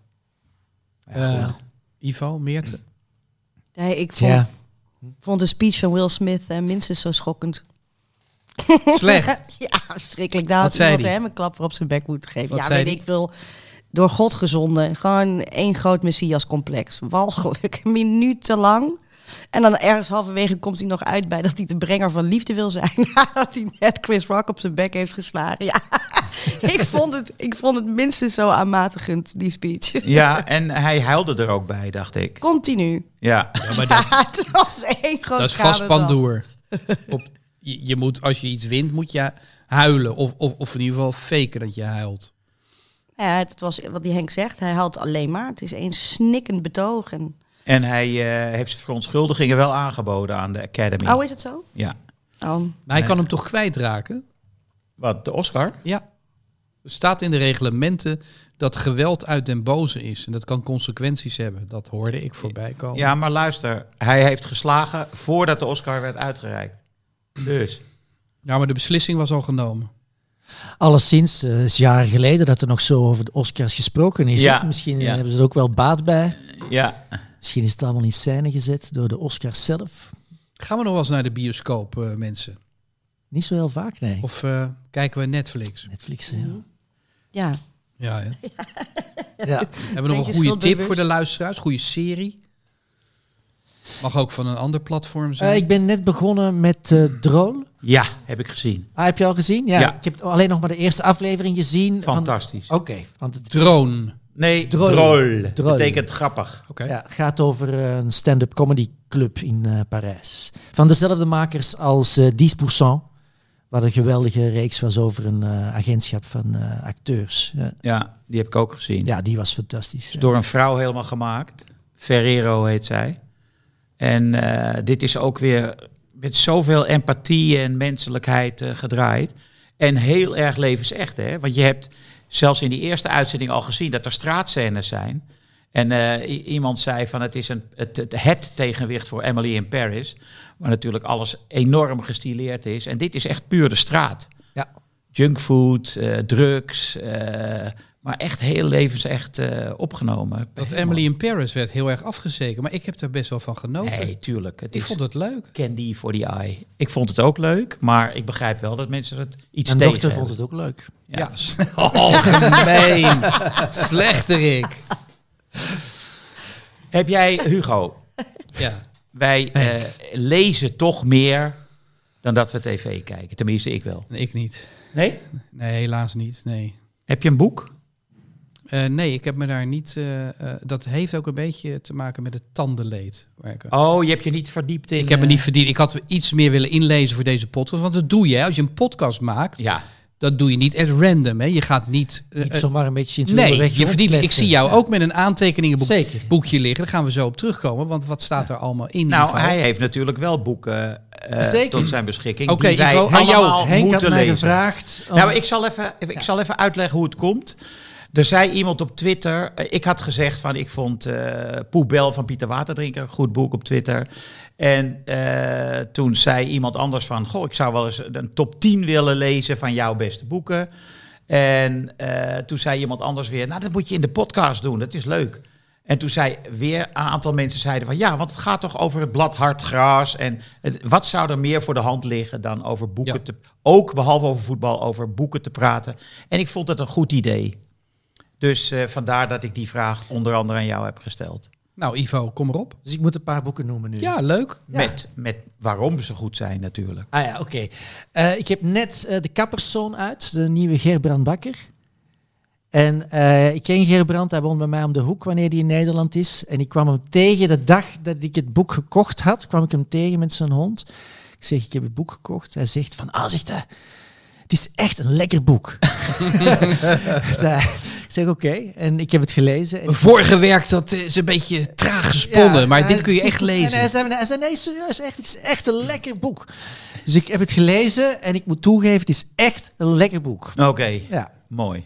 Ivo, Meerte? Nee, ik Ja. vond de speech van Will Smith minstens zo schokkend. Slecht. Ja, verschrikkelijk. Daar Wat had zei iemand die? hem een klap voor op zijn bek moeten geven. Wat Ja, zei weet die? ik veel. Door God gezonden. Gewoon één groot messiascomplex. Walgelijk. Minutenlang. En dan ergens halverwege komt hij nog uit bij dat hij de brenger van liefde wil zijn. Nadat hij net Chris Rock op zijn bek heeft geslagen. Ja, ik vond het minstens zo aanmatigend, die speech. Ja, en hij huilde er ook bij, dacht ik. Continu. Ja. Ja, maar dat, Het was één groot dat is vast schandaal. pandoer. Je moet, als je iets wint, moet je huilen. Of in ieder geval faken dat je huilt. Ja, het was wat die Henk zegt. Hij huilt alleen maar. Het is een snikkend betoog. En hij heeft zijn verontschuldigingen wel aangeboden aan de Academy. Oh, is het zo? Ja. Oh. Maar hij kan hem toch kwijtraken? Wat, de Oscar? Ja. Er staat in de reglementen dat geweld uit den boze is. En dat kan consequenties hebben. Dat hoorde ik voorbij komen. Ja, maar luister. Hij heeft geslagen voordat de Oscar werd uitgereikt. Dus. Ja, maar de beslissing was al genomen. Alleszins, het is jaren geleden dat er nog zo over de Oscars gesproken is. Ja. Misschien Ja. hebben ze er ook wel baat bij. Ja. Misschien is het allemaal in scène gezet door de Oscars zelf. Gaan we nog wel eens naar de bioscoop, mensen? Niet zo heel vaak, nee. Of kijken we Netflix? Netflix, ja. Ja. Ja, hè? Ja. Hebben we nog een Beetje goede tip schuldbewust. voor de luisteraars? Goede serie? Mag ook van een ander platform zijn. Ik ben net begonnen met Droll. Ja, heb ik gezien. Heb je al gezien? Ja. Ja. Ik heb alleen nog maar de eerste aflevering gezien. Fantastisch. Oké. Want het Drone. Nee, Drol. drol. Drol. Betekent grappig. Oké. Ja, gaat over een stand-up comedy club in Parijs. Van dezelfde makers als 10%. Wat een geweldige reeks was over een agentschap van acteurs. Ja, die heb ik ook gezien. Ja, die was fantastisch. Door een vrouw helemaal gemaakt. Ferrero heet zij. En dit is ook weer met zoveel empathie en menselijkheid gedraaid. En heel erg levensecht, hè? Want je hebt zelfs in die eerste uitzending al gezien dat er straatscènes zijn. En iemand zei van het is het tegenwicht voor Emily in Paris. Waar natuurlijk alles enorm gestileerd is. En dit is echt puur de straat. Ja. Junkfood, drugs. Maar echt heel levensecht opgenomen. Dat Emily in Paris werd heel erg afgezekerd. Maar ik heb daar best wel van genoten. Nee, tuurlijk. Het Ik is vond het leuk. candy for the eye. Ik vond het ook leuk, maar ik begrijp wel dat mensen het iets Mijn tegen dochter vond hebben. het ook leuk. Ja, algemeen. Slechterik. Heb jij, Hugo, Ja. wij lezen toch meer dan dat we tv kijken. Tenminste, ik wel. Nee, ik niet. Nee? Nee, helaas niet. Nee. Heb je een boek? Nee, ik heb me daar niet... dat heeft ook een beetje te maken met het tandenleed. Oh, je hebt je niet verdiept in... Ik heb me niet verdiend. Ik had iets meer willen inlezen voor deze podcast. Want dat doe je. Hè. Als je een podcast maakt, Ja. dat doe je niet as random. Hè. Je gaat niet... Niet zomaar een beetje in het wilde nee, weg je verdient. Ik rondkletsen. zie jou Ja. ook met een aantekeningenboekje Zeker. liggen. Daar gaan we zo op terugkomen. Want wat staat er allemaal in? Nou, Ivo? hij heeft natuurlijk wel boeken Zeker. tot zijn beschikking. Oké, die wij Ivo, aan jou, allemaal Henk had moeten mij lezen. gevraagd... om- Nou, ik zal even uitleggen hoe het komt. Er zei iemand op Twitter... ik had gezegd van ik vond Poebel van Pieter Waterdrinker een goed boek op Twitter. En toen zei iemand anders van... Goh, ik zou wel eens een top 10 willen lezen van jouw beste boeken. En toen zei iemand anders weer... Nou, dat moet je in de podcast doen, dat is leuk. En toen zei weer een aantal mensen zeiden van... Ja, want het gaat toch over het blad hard gras. En wat zou er meer voor de hand liggen dan over boeken Ja. te... Ook, behalve over voetbal, over boeken te praten. En ik vond het een goed idee. Dus vandaar dat ik die vraag onder andere aan jou heb gesteld. Nou, Ivo, kom erop. Dus ik moet een paar boeken noemen nu. Ja, leuk. Met waarom ze goed zijn natuurlijk. Ah ja, oké. Ik heb net De Kapperszoon uit, de nieuwe Gerbrand Bakker. En ik ken Gerbrand, hij woont bij mij om de hoek wanneer hij in Nederland is. En ik kwam hem tegen de dag dat ik het boek gekocht had, kwam ik hem tegen met zijn hond. Ik zeg, ik heb het boek gekocht. Hij zegt van, zegt hij, het is echt een lekker boek. Ik zeg, oké. En ik heb het gelezen. En Vorige werk, dat is een beetje traag gesponnen. Ja, maar hij- dit kun je echt lezen. En hij zei, nee, serieus, echt, het is echt een lekker boek. Dus ik heb het gelezen en ik moet toegeven, het is echt een lekker boek. Oké, Ja. mooi.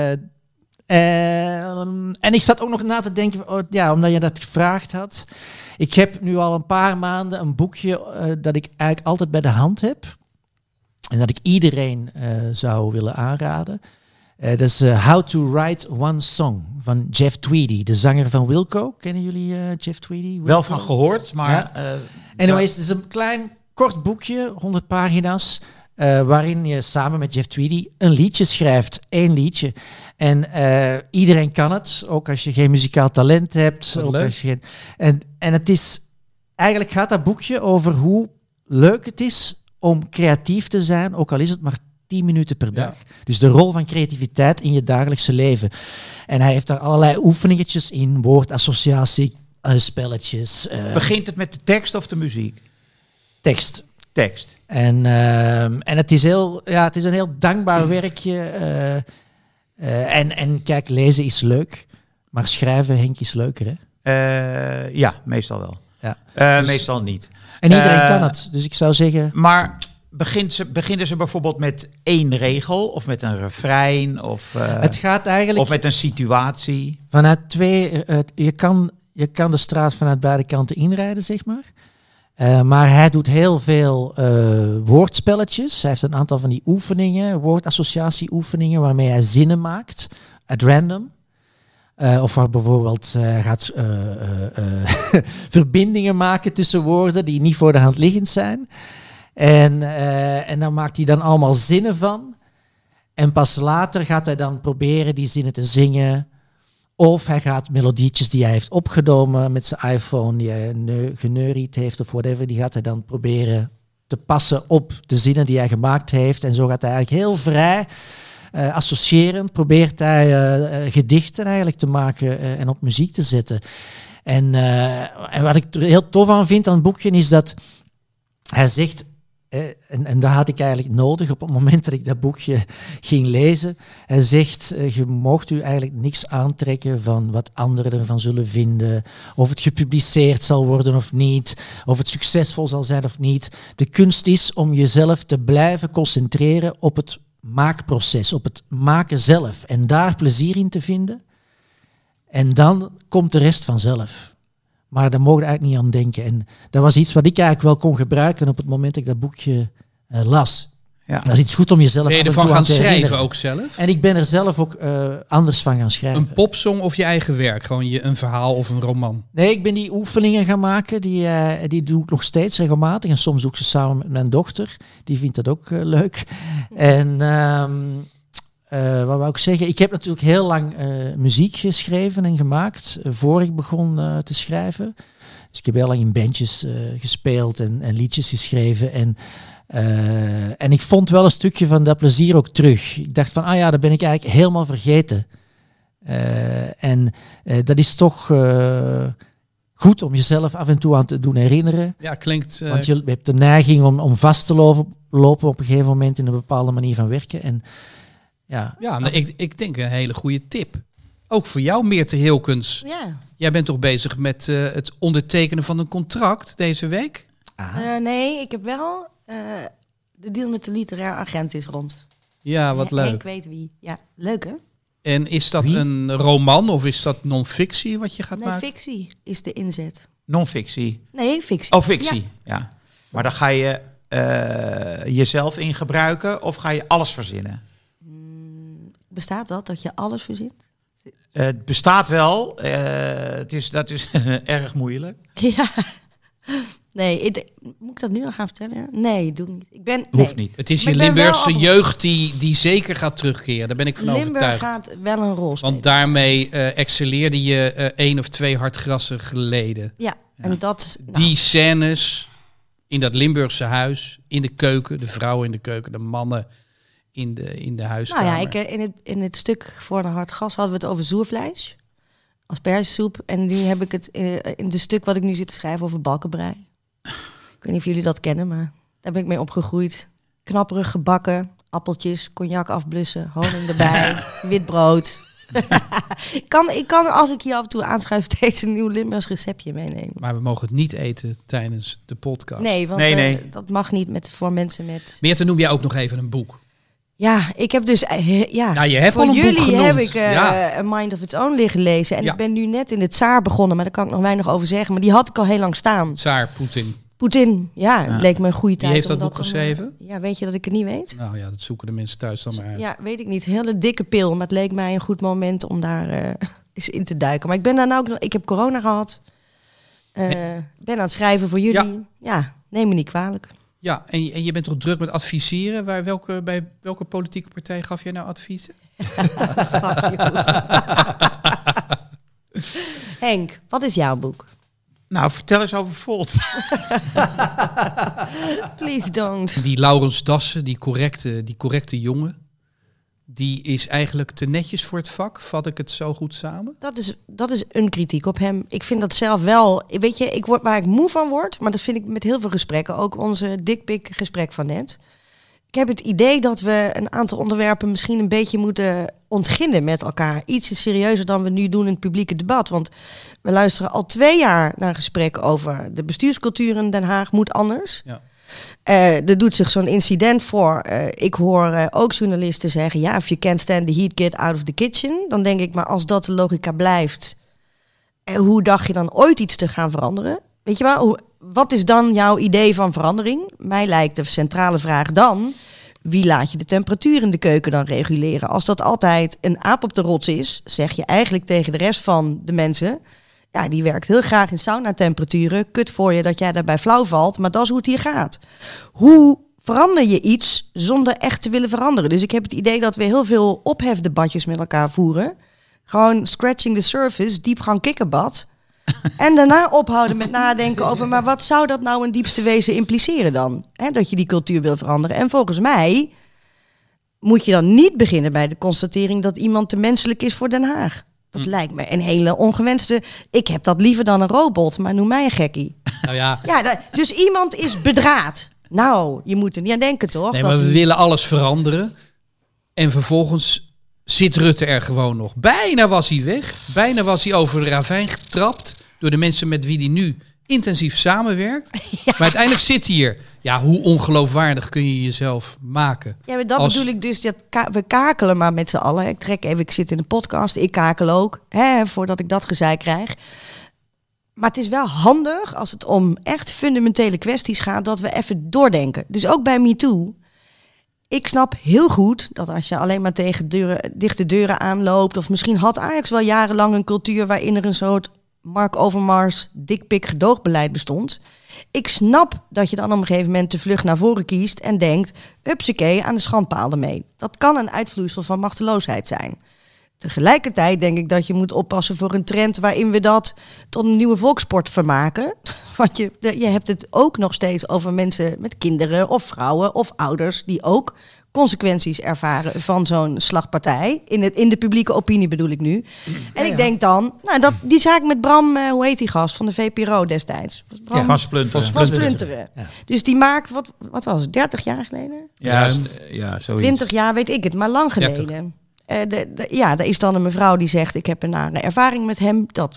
En ik zat ook nog na te denken, omdat je dat gevraagd had. Ik heb nu al een paar maanden een boekje dat ik eigenlijk altijd bij de hand heb. En dat ik iedereen zou willen aanraden. Dat is How to Write One Song van Jeff Tweedy, de zanger van Wilco. Kennen jullie Jeff Tweedy? Wilco? Wel van gehoord, maar... Anyways, het is een klein, kort boekje, 100 pagina's, waarin je samen met Jeff Tweedy een liedje schrijft. 1 liedje. En iedereen kan het, ook als je geen muzikaal talent hebt. Wat Ook leuk. als je en het is... Eigenlijk gaat dat boekje over hoe leuk het is om creatief te zijn, ook al is het maar 10 minuten per dag. Dus de rol van creativiteit in je dagelijkse leven. En hij heeft daar allerlei oefeningetjes in, woordassociatie, spelletjes, Begint het met de tekst of de muziek? tekst. Tekst. En het is het is een heel dankbaar werkje. En kijk, lezen is leuk, maar schrijven, Henk, is leuker, hè? Ja, meestal wel. Ja. Meestal niet. En iedereen kan het, dus ik zou zeggen... Maar beginnen ze bijvoorbeeld met 1 regel of met een refrein of, Het gaat eigenlijk of met een situatie? vanuit 2... je kan de straat vanuit beide kanten inrijden, zeg maar. Maar hij doet heel veel woordspelletjes. Hij heeft een aantal van die oefeningen, woordassociatieoefeningen, waarmee hij zinnen maakt, at random. Of waar bijvoorbeeld gaat verbindingen maken tussen woorden die niet voor de hand liggend zijn. En dan maakt hij dan allemaal zinnen van. En pas later gaat hij dan proberen die zinnen te zingen. Of hij gaat melodietjes die hij heeft opgenomen met zijn iPhone, die hij geneuried heeft of whatever, die gaat hij dan proberen te passen op de zinnen die hij gemaakt heeft. En zo gaat hij eigenlijk heel vrij, associërend, probeert hij gedichten eigenlijk te maken en op muziek te zetten. En wat ik er heel tof aan vind aan het boekje is dat hij zegt... En dat had ik eigenlijk nodig op het moment dat ik dat boekje ging lezen. Hij zegt, je mocht u eigenlijk niks aantrekken van wat anderen ervan zullen vinden. Of het gepubliceerd zal worden of niet. Of het succesvol zal zijn of niet. De kunst is om jezelf te blijven concentreren op het maakproces. Op het maken zelf. En daar plezier in te vinden. En dan komt de rest vanzelf. Maar daar mogen we eigenlijk niet aan denken. En dat was iets wat ik eigenlijk wel kon gebruiken op het moment dat ik dat boekje las. Ja. Dat is iets goed om jezelf Ben je af en ervan toe aan gaan te herinneren. schrijven ook zelf? En ik ben er zelf ook anders van gaan schrijven. Een popsong of je eigen werk? Gewoon een verhaal of een roman? Nee, ik ben die oefeningen gaan maken. Die doe ik nog steeds regelmatig. En soms doe ik ze samen met mijn dochter. Die vindt dat ook leuk. En... wat wou ik zeggen? Ik heb natuurlijk heel lang muziek geschreven en gemaakt voor ik begon te schrijven. Dus ik heb heel lang in bandjes gespeeld en liedjes geschreven. En ik vond wel een stukje van dat plezier ook terug. Ik dacht van, dat ben ik eigenlijk helemaal vergeten. Dat is toch goed om jezelf af en toe aan te doen herinneren. Ja, klinkt... Want je hebt de neiging om vast te lopen op een gegeven moment in een bepaalde manier van werken. En ik denk een hele goede tip. Ook voor jou, Meerte Hilkens. Ja. Jij bent toch bezig met het ondertekenen van een contract deze week? Nee, ik heb wel... de deal met de literair agent is rond. Ja, wat leuk. Ik weet wie. Ja, leuk hè? En is dat een roman of is dat non-fictie wat je gaat maken? Nee, fictie is de inzet. Non-fictie? Nee, fictie. Oh, fictie, ja. Maar dan ga je jezelf in gebruiken of ga je alles verzinnen? Bestaat dat je alles verzint? Het bestaat wel. Dat is erg moeilijk. Ja. Nee, moet ik dat nu al gaan vertellen? Nee, doe ik niet. Hoeft niet. Het is je Limburgse jeugd die zeker gaat terugkeren. Daar ben ik van Limburg overtuigd. gaat wel een rol spelen. Want daarmee excelleerde je 1 of 2 hartgrassen geleden. Ja, en dat... Die scènes in dat Limburgse huis, in de keuken, de vrouwen in de keuken, de mannen in de huiskamer. Nou ja, in het stuk voor een hard gas hadden we het over zoervlees. Aspergesoep. En nu heb ik het in het stuk wat ik nu zit te schrijven over balkenbrei. Ik weet niet of jullie dat kennen, maar daar ben ik mee opgegroeid. Knapperig gebakken, appeltjes, cognac afblussen, honing erbij, wit brood. ik kan als ik hier af en toe aanschuif steeds een nieuw Limburgs receptje meenemen. Maar we mogen het niet eten tijdens de podcast. Nee, want dat mag niet voor mensen met... Meerte, noem jij ook nog even een boek? Ja, ik heb dus... je hebt voor al een boek jullie genoemd. heb ik A Mind of Its Own liggen lezen. En ik ben nu net in de Tsaar begonnen, maar daar kan ik nog weinig over zeggen. Maar die had ik al heel lang staan. Tsaar Poetin. Poetin, het leek me een goede tijd. Wie heeft dat om boek geschreven? Weet je dat ik het niet weet? Nou ja, dat zoeken de mensen thuis dan maar uit. Ja, weet ik niet. Hele dikke pil, maar het leek mij een goed moment om daar eens in te duiken. Maar ik ben daar nou ook nog... Ik heb corona gehad. Ben aan het schrijven voor jullie. Ja, neem me niet kwalijk. Ja, en je bent toch druk met adviseren? Bij welke politieke partij gaf jij nou adviezen? Henk, wat is jouw boek? Nou, vertel eens over Volt. Please don't. Die Laurens Dassen, die correcte jongen, die is eigenlijk te netjes voor het vak. Vat ik het zo goed samen? Dat is een kritiek op hem. Ik vind dat zelf wel... Weet je, waar ik moe van word, maar dat vind ik met heel veel gesprekken, ook onze dikpik gesprek van net. Ik heb het idee dat we een aantal onderwerpen misschien een beetje moeten ontginnen met elkaar. Iets serieuzer dan we nu doen in het publieke debat. Want we luisteren al 2 jaar naar gesprekken over de bestuurscultuur in Den Haag moet anders. Ja. Er doet zich zo'n incident voor. Ik hoor ook journalisten zeggen... ja, if you can't stand the heat, get out of the kitchen. Dan denk ik, maar als dat de logica blijft... hoe dacht je dan ooit iets te gaan veranderen? Weet je wel, wat is dan jouw idee van verandering? Mij lijkt de centrale vraag dan... wie laat je de temperatuur in de keuken dan reguleren? Als dat altijd een aap op de rots is... zeg je eigenlijk tegen de rest van de mensen... ja, die werkt heel graag in saunatemperaturen. Kut voor je dat jij daarbij flauw valt, maar dat is hoe het hier gaat. Hoe verander je iets zonder echt te willen veranderen? Dus ik heb het idee dat we heel veel ophefdebatjes met elkaar voeren. Gewoon scratching the surface, diepgang kikkerbad. En daarna ophouden met nadenken over... maar wat zou dat nou in diepste wezen impliceren dan? Dat je die cultuur wil veranderen. En volgens mij moet je dan niet beginnen bij de constatering... dat iemand te menselijk is voor Den Haag. Dat lijkt me een hele ongewenste... Ik heb dat liever dan een robot, maar noem mij een gekkie. Nou ja, Dus iemand is bedraad. Nou, je moet er niet aan denken, toch? nee, Dat maar we die- willen alles veranderen. En vervolgens zit Rutte er gewoon nog. Bijna was hij weg. Bijna was hij over de ravijn getrapt... door de mensen met wie hij nu intensief samenwerkt. Maar uiteindelijk zit hij hier. Ja, hoe ongeloofwaardig kun je jezelf maken? Ja, maar dat Als- bedoel ik dus. We kakelen maar met z'n allen. Ik zit in een podcast. Ik kakel ook. Voordat ik dat gezeik krijg. Maar het is wel handig als het om echt fundamentele kwesties gaat... dat we even doordenken. Dus ook bij MeToo. Ik snap heel goed dat als je alleen maar tegen dichte deuren aanloopt... of misschien had Ajax wel jarenlang een cultuur... waarin er een soort Mark Overmars dikpik gedoogbeleid bestond. Ik snap dat je dan op een gegeven moment de vlucht naar voren kiest... en denkt, hupsakee, aan de schandpaal ermee. Dat kan een uitvloeisel van machteloosheid zijn. Tegelijkertijd denk ik dat je moet oppassen voor een trend... waarin we dat tot een nieuwe volkssport vermaken. Want je hebt het ook nog steeds over mensen met kinderen... of vrouwen of ouders die ook consequenties ervaren... van zo'n slagpartij. In de publieke opinie bedoel ik nu. En ik denk dan, die zaak met Bram... hoe heet die gast van de VPRO destijds? Was Bram Van Splunteren. Van van Splunteren. Ja. Dus die maakt, wat was het, 30 jaar geleden? Ja, ja, zoiets. 20 jaar weet ik het, maar lang geleden. Er is dan een mevrouw die zegt... ik heb een nare ervaring met hem. Dat,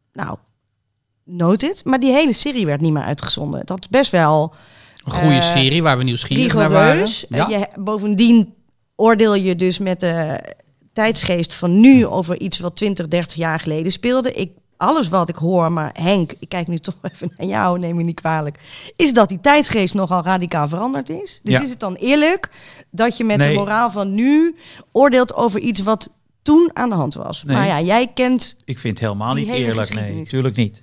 noted. Maar die hele serie werd niet meer uitgezonden. Dat is best wel Een goede serie waar we nieuwsgierig naar waren. rigoureus. Ja. Bovendien oordeel je dus met de tijdsgeest van nu... over iets wat 20, 30 jaar geleden speelde. Alles wat ik hoor, maar Henk, ik kijk nu toch even naar jou, neem me niet kwalijk... is dat die tijdsgeest nogal radicaal veranderd is. Dus Ja. is het dan eerlijk dat je met de Nee. moraal van nu... oordeelt over iets wat toen aan de hand was? Nee. Maar ja, jij kent... Ik vind het helemaal Die niet hele eerlijk. Nee, geschiedenis. natuurlijk niet.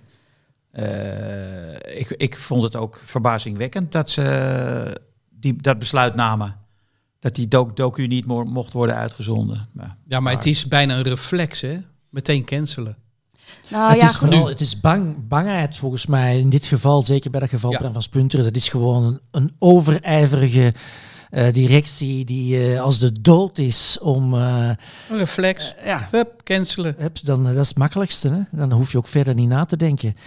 Ik vond het ook verbazingwekkend dat ze dat besluit namen. Dat die docu niet mocht worden uitgezonden. Ja, maar het is bijna een reflex, hè? Meteen cancelen. Nou het ja, is vooral, het is bangheid volgens mij in dit geval, zeker bij dat geval Ja. Bram van Splunteren. Dat is gewoon een overijverige directie die als de dood is om... Een reflex. ja, Hup, cancelen. dan, dat is het makkelijkste. Hè? Dan hoef je ook verder niet na te denken.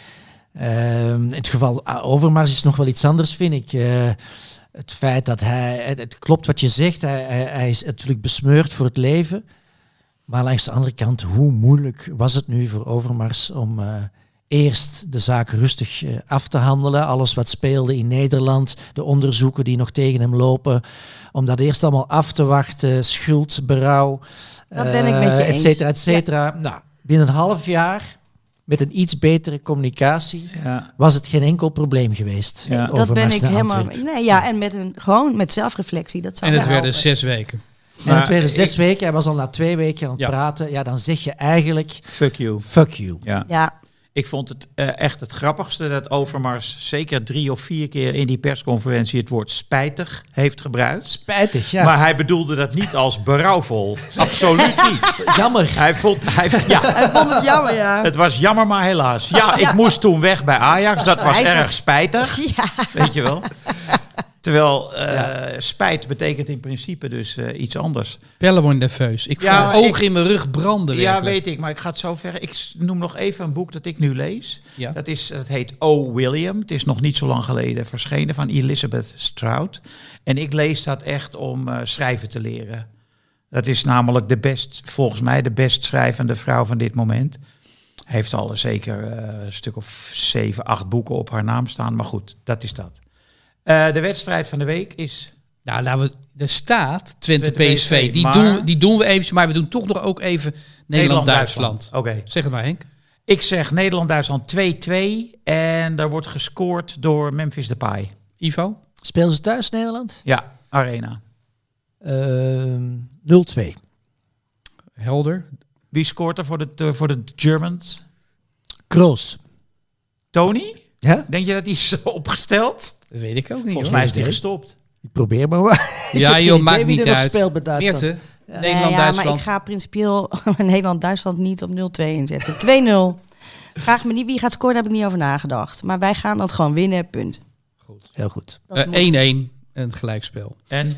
In het geval Overmars is nog wel iets anders, vind ik. Het feit dat het klopt wat je zegt, hij is natuurlijk besmeurd voor het leven. Maar langs de andere kant, hoe moeilijk was het nu voor Overmars om eerst de zaak rustig af te handelen. Alles wat speelde in Nederland, de onderzoeken die nog tegen hem lopen. Om dat eerst allemaal af te wachten, schuld, berouw, Dat ben ik met je et eens. cetera, et cetera. Nou, binnen een half jaar, met een iets betere communicatie, Ja. was het geen enkel probleem geweest. Ja. dat ben Overmars ik naar helemaal... Antwerpen. Nee, ja, en gewoon met zelfreflectie. Dat zou En het wel werden helpen. 6 weken. En het Maar werden 6 weken, hij was al na 2 weken aan het Ja. praten. Ja, dan zeg je eigenlijk, Fuck you. fuck you. Ja. Ja, Ik vond het echt het grappigste dat Overmars zeker 3 of 4 keer in die persconferentie het woord spijtig heeft gebruikt. Spijtig, ja. Maar hij bedoelde dat niet als berouwvol. Absoluut niet. Jammer. Hij vond het jammer, ja. het was jammer, maar helaas. Ja, ik moest toen weg bij Ajax. Dat was Spijtig. erg spijtig. Ja. Weet je wel. Terwijl spijt betekent in principe dus iets anders. Pellen worden nerveus. Ik voel Ja, mijn maar ogen in mijn rug branden. Ja, werkelijk. weet ik, maar ik ga het zo ver. Ik noem nog even een boek dat ik nu lees. Ja. Dat heet O. William. Het is nog niet zo lang geleden verschenen van Elizabeth Strout. En ik lees dat echt om schrijven te leren. Dat is namelijk volgens mij de best schrijvende vrouw van dit moment. Heeft al zeker een stuk of 7, 8 boeken op haar naam staan. Maar goed, dat is dat. De wedstrijd van de week is... Nou, er staat Twente Twente PSV. PSV, Die doen we even, maar we doen toch nog ook even Nederland-Duitsland. Oké. Zeg het maar, Henk. Ik zeg Nederland-Duitsland 2-2. En daar wordt gescoord door Memphis Depay. Ivo? Spelen ze thuis, Nederland? Ja, Arena. 0-2. Helder. Wie scoort er voor de Germans? Kroos. Tony? Ja? Denk je dat hij is opgesteld? Dat weet ik ook niet. Volgens hoor. mij is hij gestopt. Ik probeer maar wat. Ja, joh, maakt niet uit. Speelt bij Duitsland. Meerte, Ja, Nederland-Duitsland. maar ik ga principieel Nederland-Duitsland niet op 0-2 inzetten. 2-0. Vraag me niet wie gaat scoren, daar heb ik niet over nagedacht. Maar wij gaan dat gewoon winnen, punt. Heel goed. Dat moet- 1-1, een gelijkspel. En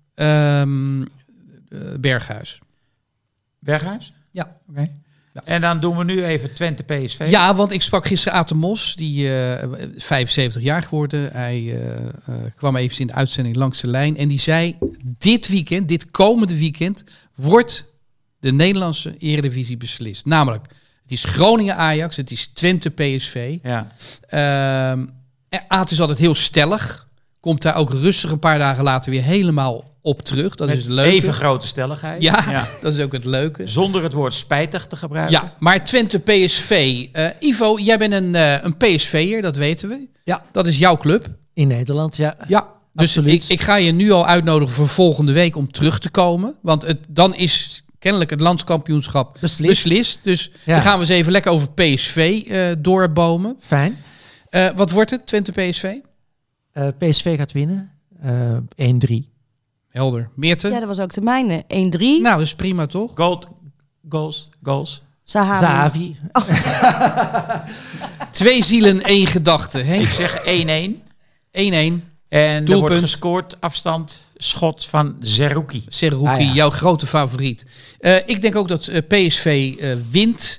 Berghuis. Berghuis? Ja. Oké. Ja. En dan doen we nu even Twente PSV. Ja, want ik sprak gisteren Aten Mos, die 75 jaar geworden. Hij kwam even in de uitzending Langs de Lijn. En die zei, dit komende weekend, wordt de Nederlandse Eredivisie beslist. Namelijk, het is Groningen-Ajax, het is Twente-PSV. Ja. Aten is altijd heel stellig. Komt daar ook rustig een paar dagen later weer helemaal op terug. Dat is het leuke. Even grote stelligheid. Ja, dat is ook het leuke. Zonder het woord spijtig te gebruiken. Ja, maar Twente-PSV. Ivo, jij bent een PSV'er, dat weten we. Ja. Dat is jouw club. In Nederland, ja. Ja, dus Absoluut. ik ga je nu al uitnodigen voor volgende week om terug te komen. Want dan is kennelijk het landskampioenschap beslist. Dus Ja. dan gaan we eens even lekker over PSV doorbomen. Fijn. Wat wordt het, Twente-PSV? PSV gaat winnen. 1-3. Helder. Meerte? Ja, dat was ook de mijne. 1-3. Nou, dat is prima toch? Goals. Zahavi. Zahavi. 2 zielen, 1 gedachte. Ik Henk? zeg 1-1. 1-1. En er Doelpunt. wordt gescoord afstand schot van Zerouki. Serouki, Ah, ja. jouw grote favoriet. Ik denk ook dat PSV wint.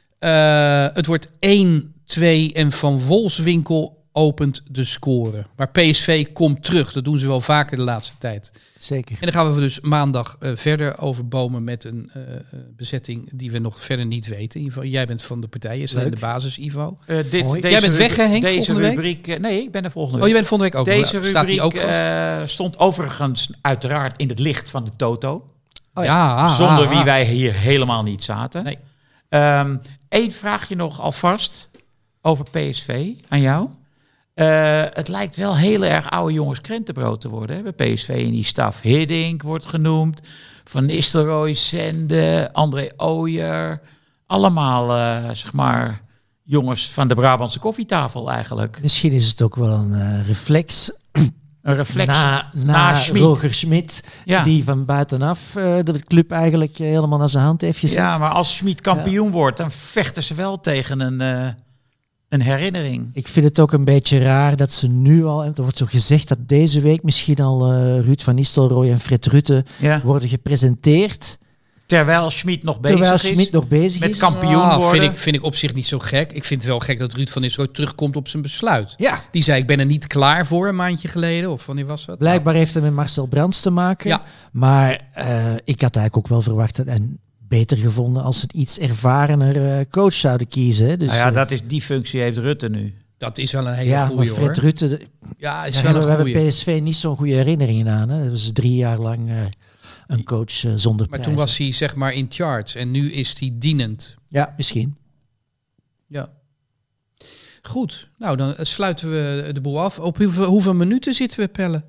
Het wordt 1-2 en Van Wolfswinkel opent de score. Maar PSV komt terug. Dat doen ze wel vaker de laatste tijd. Zeker. En dan gaan we dus maandag verder overbomen met een bezetting die we nog verder niet weten. Ivo, jij bent van de partij. Je staat in de Leuk. basis, Ivo. Mooi. Jij bent weg, hè, Henk, Deze volgende week? rubriek... nee, ik ben er volgende Oh, week. je bent volgende week ook. Deze Staat die rubriek ook vast? stond overigens uiteraard in het licht van de Toto. Oh ja. Zonder wie wij hier helemaal niet zaten. Nee. Eén vraagje nog alvast over PSV aan jou. Het lijkt wel heel erg oude jongens krentenbrood te worden hè, bij PSV in die staf. Hiddink wordt genoemd, Van Nistelrooy, Zende, André Ooyer. Allemaal, zeg maar, jongens van de Brabantse koffietafel eigenlijk. Misschien is het ook wel een reflex. Een reflex Na Schmid. Roger Schmid, Ja. die van buitenaf de club eigenlijk helemaal naar zijn hand heeft gezet. Ja, maar als Schmid kampioen wordt, dan vechten ze wel tegen een herinnering. Ik vind het ook een beetje raar dat ze nu al, er wordt zo gezegd dat deze week misschien al Ruud van Nistelrooy en Fred Rutte Ja. worden gepresenteerd. Terwijl Schmid nog bezig Terwijl is. Schmid nog bezig met is. kampioen worden. Vind ik op zich niet zo gek. Ik vind het wel gek dat Ruud van Nistelrooy terugkomt op zijn besluit. Ja, Die zei, ik ben er niet klaar voor een maandje geleden. Of wanneer was dat? blijkbaar heeft het met Marcel Brands te maken. Ja. Maar ik had eigenlijk ook wel verwacht en beter gevonden als ze het iets ervarener coach zouden kiezen. Hè. Dus, Nou ja, die functie heeft Rutte nu. Dat is wel een hele ja, maar goeie Fred hoor. Rutte, Ja, is daar wel hebben een we goeie. hebben PSV niet zo'n goede herinneringen aan. Hè. Dat was 3 jaar lang een coach zonder Maar prijzen. toen was hij zeg maar in charge. En nu is hij dienend. Ja, misschien. Ja. Goed. Nou, dan sluiten we de boel af. Op hoeveel minuten zitten we, Pelle?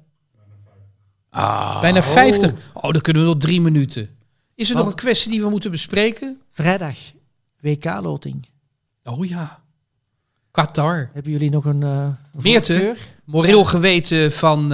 Bijna 50. Oh, dan kunnen we nog 3 minuten. Is er nog een kwestie die we moeten bespreken? Vrijdag, WK-loting. Oh ja. Qatar. Hebben jullie nog een Meerte? voorkeur? Moreel geweten van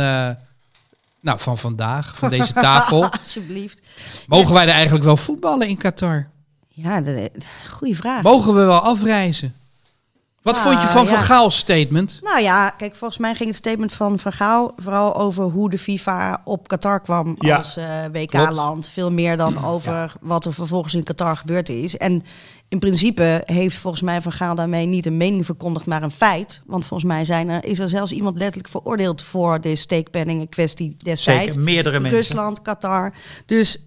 vandaag, van deze tafel. Alsjeblieft. Mogen wij er eigenlijk wel voetballen in Qatar? Ja, goede vraag. Mogen we wel afreizen? Wat vond je van Van Gaal's statement? Nou ja, kijk, volgens mij ging het statement van Van Gaal vooral over hoe de FIFA op Qatar kwam als WK-land. Veel meer dan over wat er vervolgens in Qatar gebeurd is. En in principe heeft volgens mij Van Gaal daarmee niet een mening verkondigd, maar een feit. Want volgens mij is er zelfs iemand letterlijk veroordeeld voor de steekpenningen kwestie destijds. Zeker, meerdere mensen. Rusland, Qatar. Dus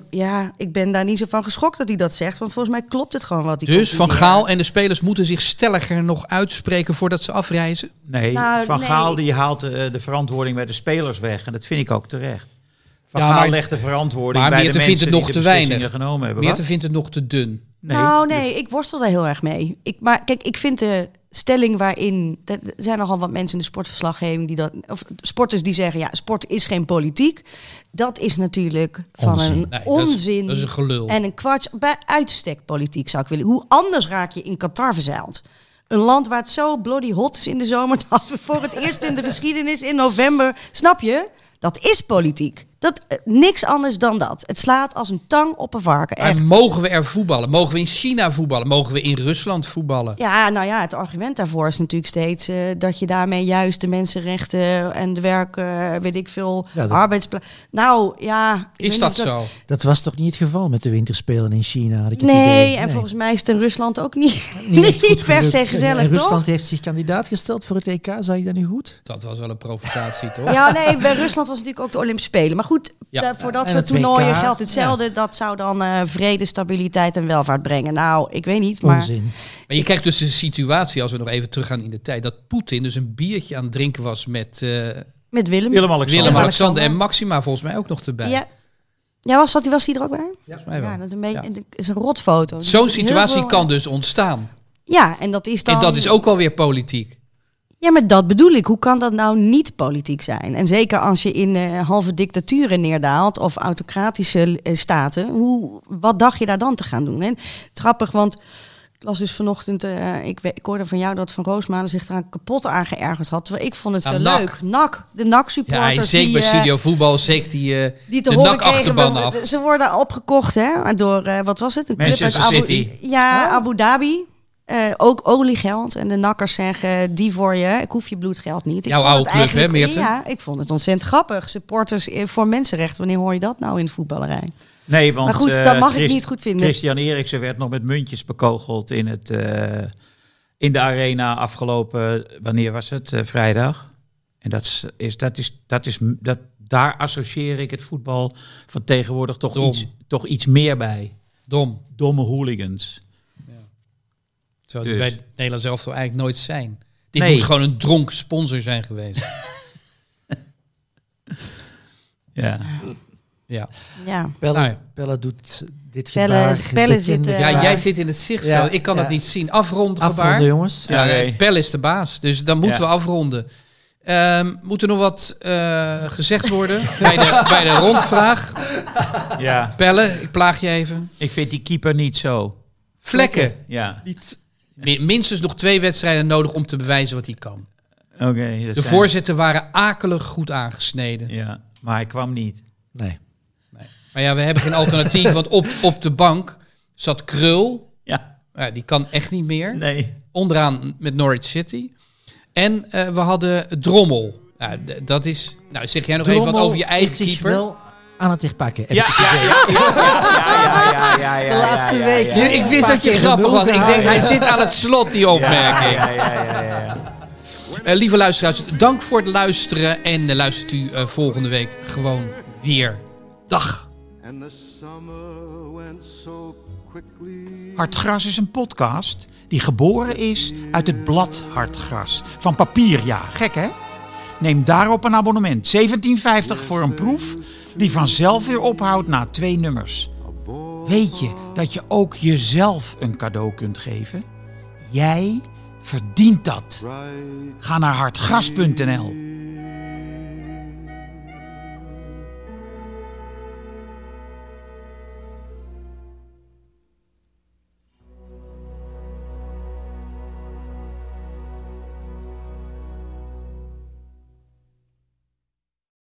ik ben daar niet zo van geschokt dat hij dat zegt. Want volgens mij klopt het gewoon wat hij Dus Van concludeert. Gaal en de spelers moeten zich stelliger nog uitspreken voordat ze afreizen? Nee, Nou, Van nee. Gaal die haalt de verantwoording bij de spelers weg. En dat vind ik ook terecht. Van Ja, Gaal maar- legt de verantwoording maar bij de Meerte mensen vindt het die nog de te beslissingen weinig. genomen hebben. Meerte Wat? vindt het nog te dun. Nee, Ik worstel daar heel erg mee. Maar kijk, ik vind de stelling waarin... Er zijn nogal wat mensen in de sportverslaggeving sporters die zeggen... ja, sport is geen politiek. Dat is natuurlijk van Onzin. een Nee, onzin. Dat is een gelul. En een kwart bij uitstek politiek zou ik willen. Hoe anders raak je in Qatar verzeild? Een land waar het zo bloody hot is in de zomer... dat we voor het eerst in de geschiedenis in november... Snap je? Dat is politiek. Niks anders dan dat. Het slaat als een tang op een varken. Echt. En mogen we er voetballen? Mogen we in China voetballen? Mogen we in Rusland voetballen? Ja, nou ja, het argument daarvoor is natuurlijk steeds dat je daarmee juist de mensenrechten en de werk, weet ik veel, Ja, dat- arbeidsplaats. Nou ja, ik Is weet dat niet zo? Dat was toch niet het geval met de winterspelen in China? Had ik het Nee, idee. en volgens mij is het in Rusland ook niet, echt niet goed per se gelukt. gezellig, En toch? Rusland heeft zich kandidaat gesteld voor het EK. Zag je dat nu goed? Dat was wel een provocatie, toch? Ja, nee, bij Rusland was natuurlijk ook de Olympische Spelen. Maar goed, Ja. voor dat En soort het toernooien WK, geldt hetzelfde. Dat zou dan vrede, stabiliteit en welvaart brengen. Nou, ik weet niet, maar... Onzin. Maar je krijgt dus de situatie, als we nog even teruggaan in de tijd... dat Poetin dus een biertje aan het drinken was met Met Willem. Willem-Alexander. Willem-Alexander en Maxima volgens mij ook nog erbij. Ja, was die er ook bij? Volgens mij wel. Ja, dat is een beetje, Ja. het is een rotfoto. Zo'n Heel situatie veel- kan dus ontstaan. Ja, en dat is dan... En dat is ook alweer politiek. Ja, maar dat bedoel ik. Hoe kan dat nou niet politiek zijn? En zeker als je in halve dictaturen neerdaalt of autocratische staten. Wat dacht je daar dan te gaan doen? En grappig, want ik las dus vanochtend... ik hoorde van jou dat Van Roosmalen zich eraan kapot aan geërgerd had. Terwijl ik vond het zo Aan NAC. leuk. NAC, de NAC-supporters. Ja, zeker bij Studio Voetbal zegt die te de horen NAC-achterban kregen, af. Ze worden opgekocht hè, door, wat was het? Een club uit Manchester City. Ja, Abu Dhabi. Ook oliegeld. En de nakkers zeggen, die voor je. Ik hoef je bloedgeld niet. Ik Jouw vond oude het club, hè, eigenlijk- Meerte? Ja, ik vond het ontzettend grappig. Supporters voor mensenrechten. Wanneer hoor je dat nou in de voetballerij? Nee, want Maar goed, dat mag ik niet goed vinden. Christian Eriksen werd nog met muntjes bekogeld in de arena afgelopen, wanneer was het? Vrijdag. En daar associeer ik het voetbal van tegenwoordig toch iets meer bij. Dom. Domme hooligans. Zou die Dus. bij Nederland zelf toch eigenlijk nooit zijn. Dit Nee. moet gewoon een dronken sponsor zijn geweest. Ja. Ja. Ja. Pelle, Nou, doet dit Pelle gebaar. zit, bekende Ja, gebaar. jij zit in het zichtveld. Ja, Ik kan ja. dat niet zien. Afronden gebaar. Afronden, jongens. Ja, Oké. Pelle is de baas. Dus dan moeten Ja. we afronden. Moet er nog wat gezegd worden bij de rondvraag? Ja. Pelle, ik plaag je even. Ik vind die keeper niet zo. Vlekken. Ja. Minstens nog 2 wedstrijden nodig om te bewijzen wat hij kan. Oké. De voorzetten waren akelig goed aangesneden. Ja, maar hij kwam niet. Nee. Maar ja, we hebben geen alternatief. Want op de bank zat Krul. Ja. Ja, die kan echt niet meer. Nee. Onderaan met Norwich City. En we hadden Drommel. Ja, dat is... Nou, zeg jij nog even wat over je eigen is zich keeper? wel aan het herpakken. Ja. De laatste week. Ik wist dat je grappig was. Ik denk, hij zit aan het slot, die opmerking. Lieve luisteraars, dank voor het luisteren. En luistert u volgende week gewoon weer. Dag. And the summer went so quickly. Hartgras is een podcast die geboren is uit het blad Hartgras. Van papier, ja. Gek, hè? Neem daarop een abonnement. $17,50 voor een proef die vanzelf weer ophoudt na 2 nummers. Weet je dat je ook jezelf een cadeau kunt geven? Jij verdient dat. Ga naar hartgras.nl.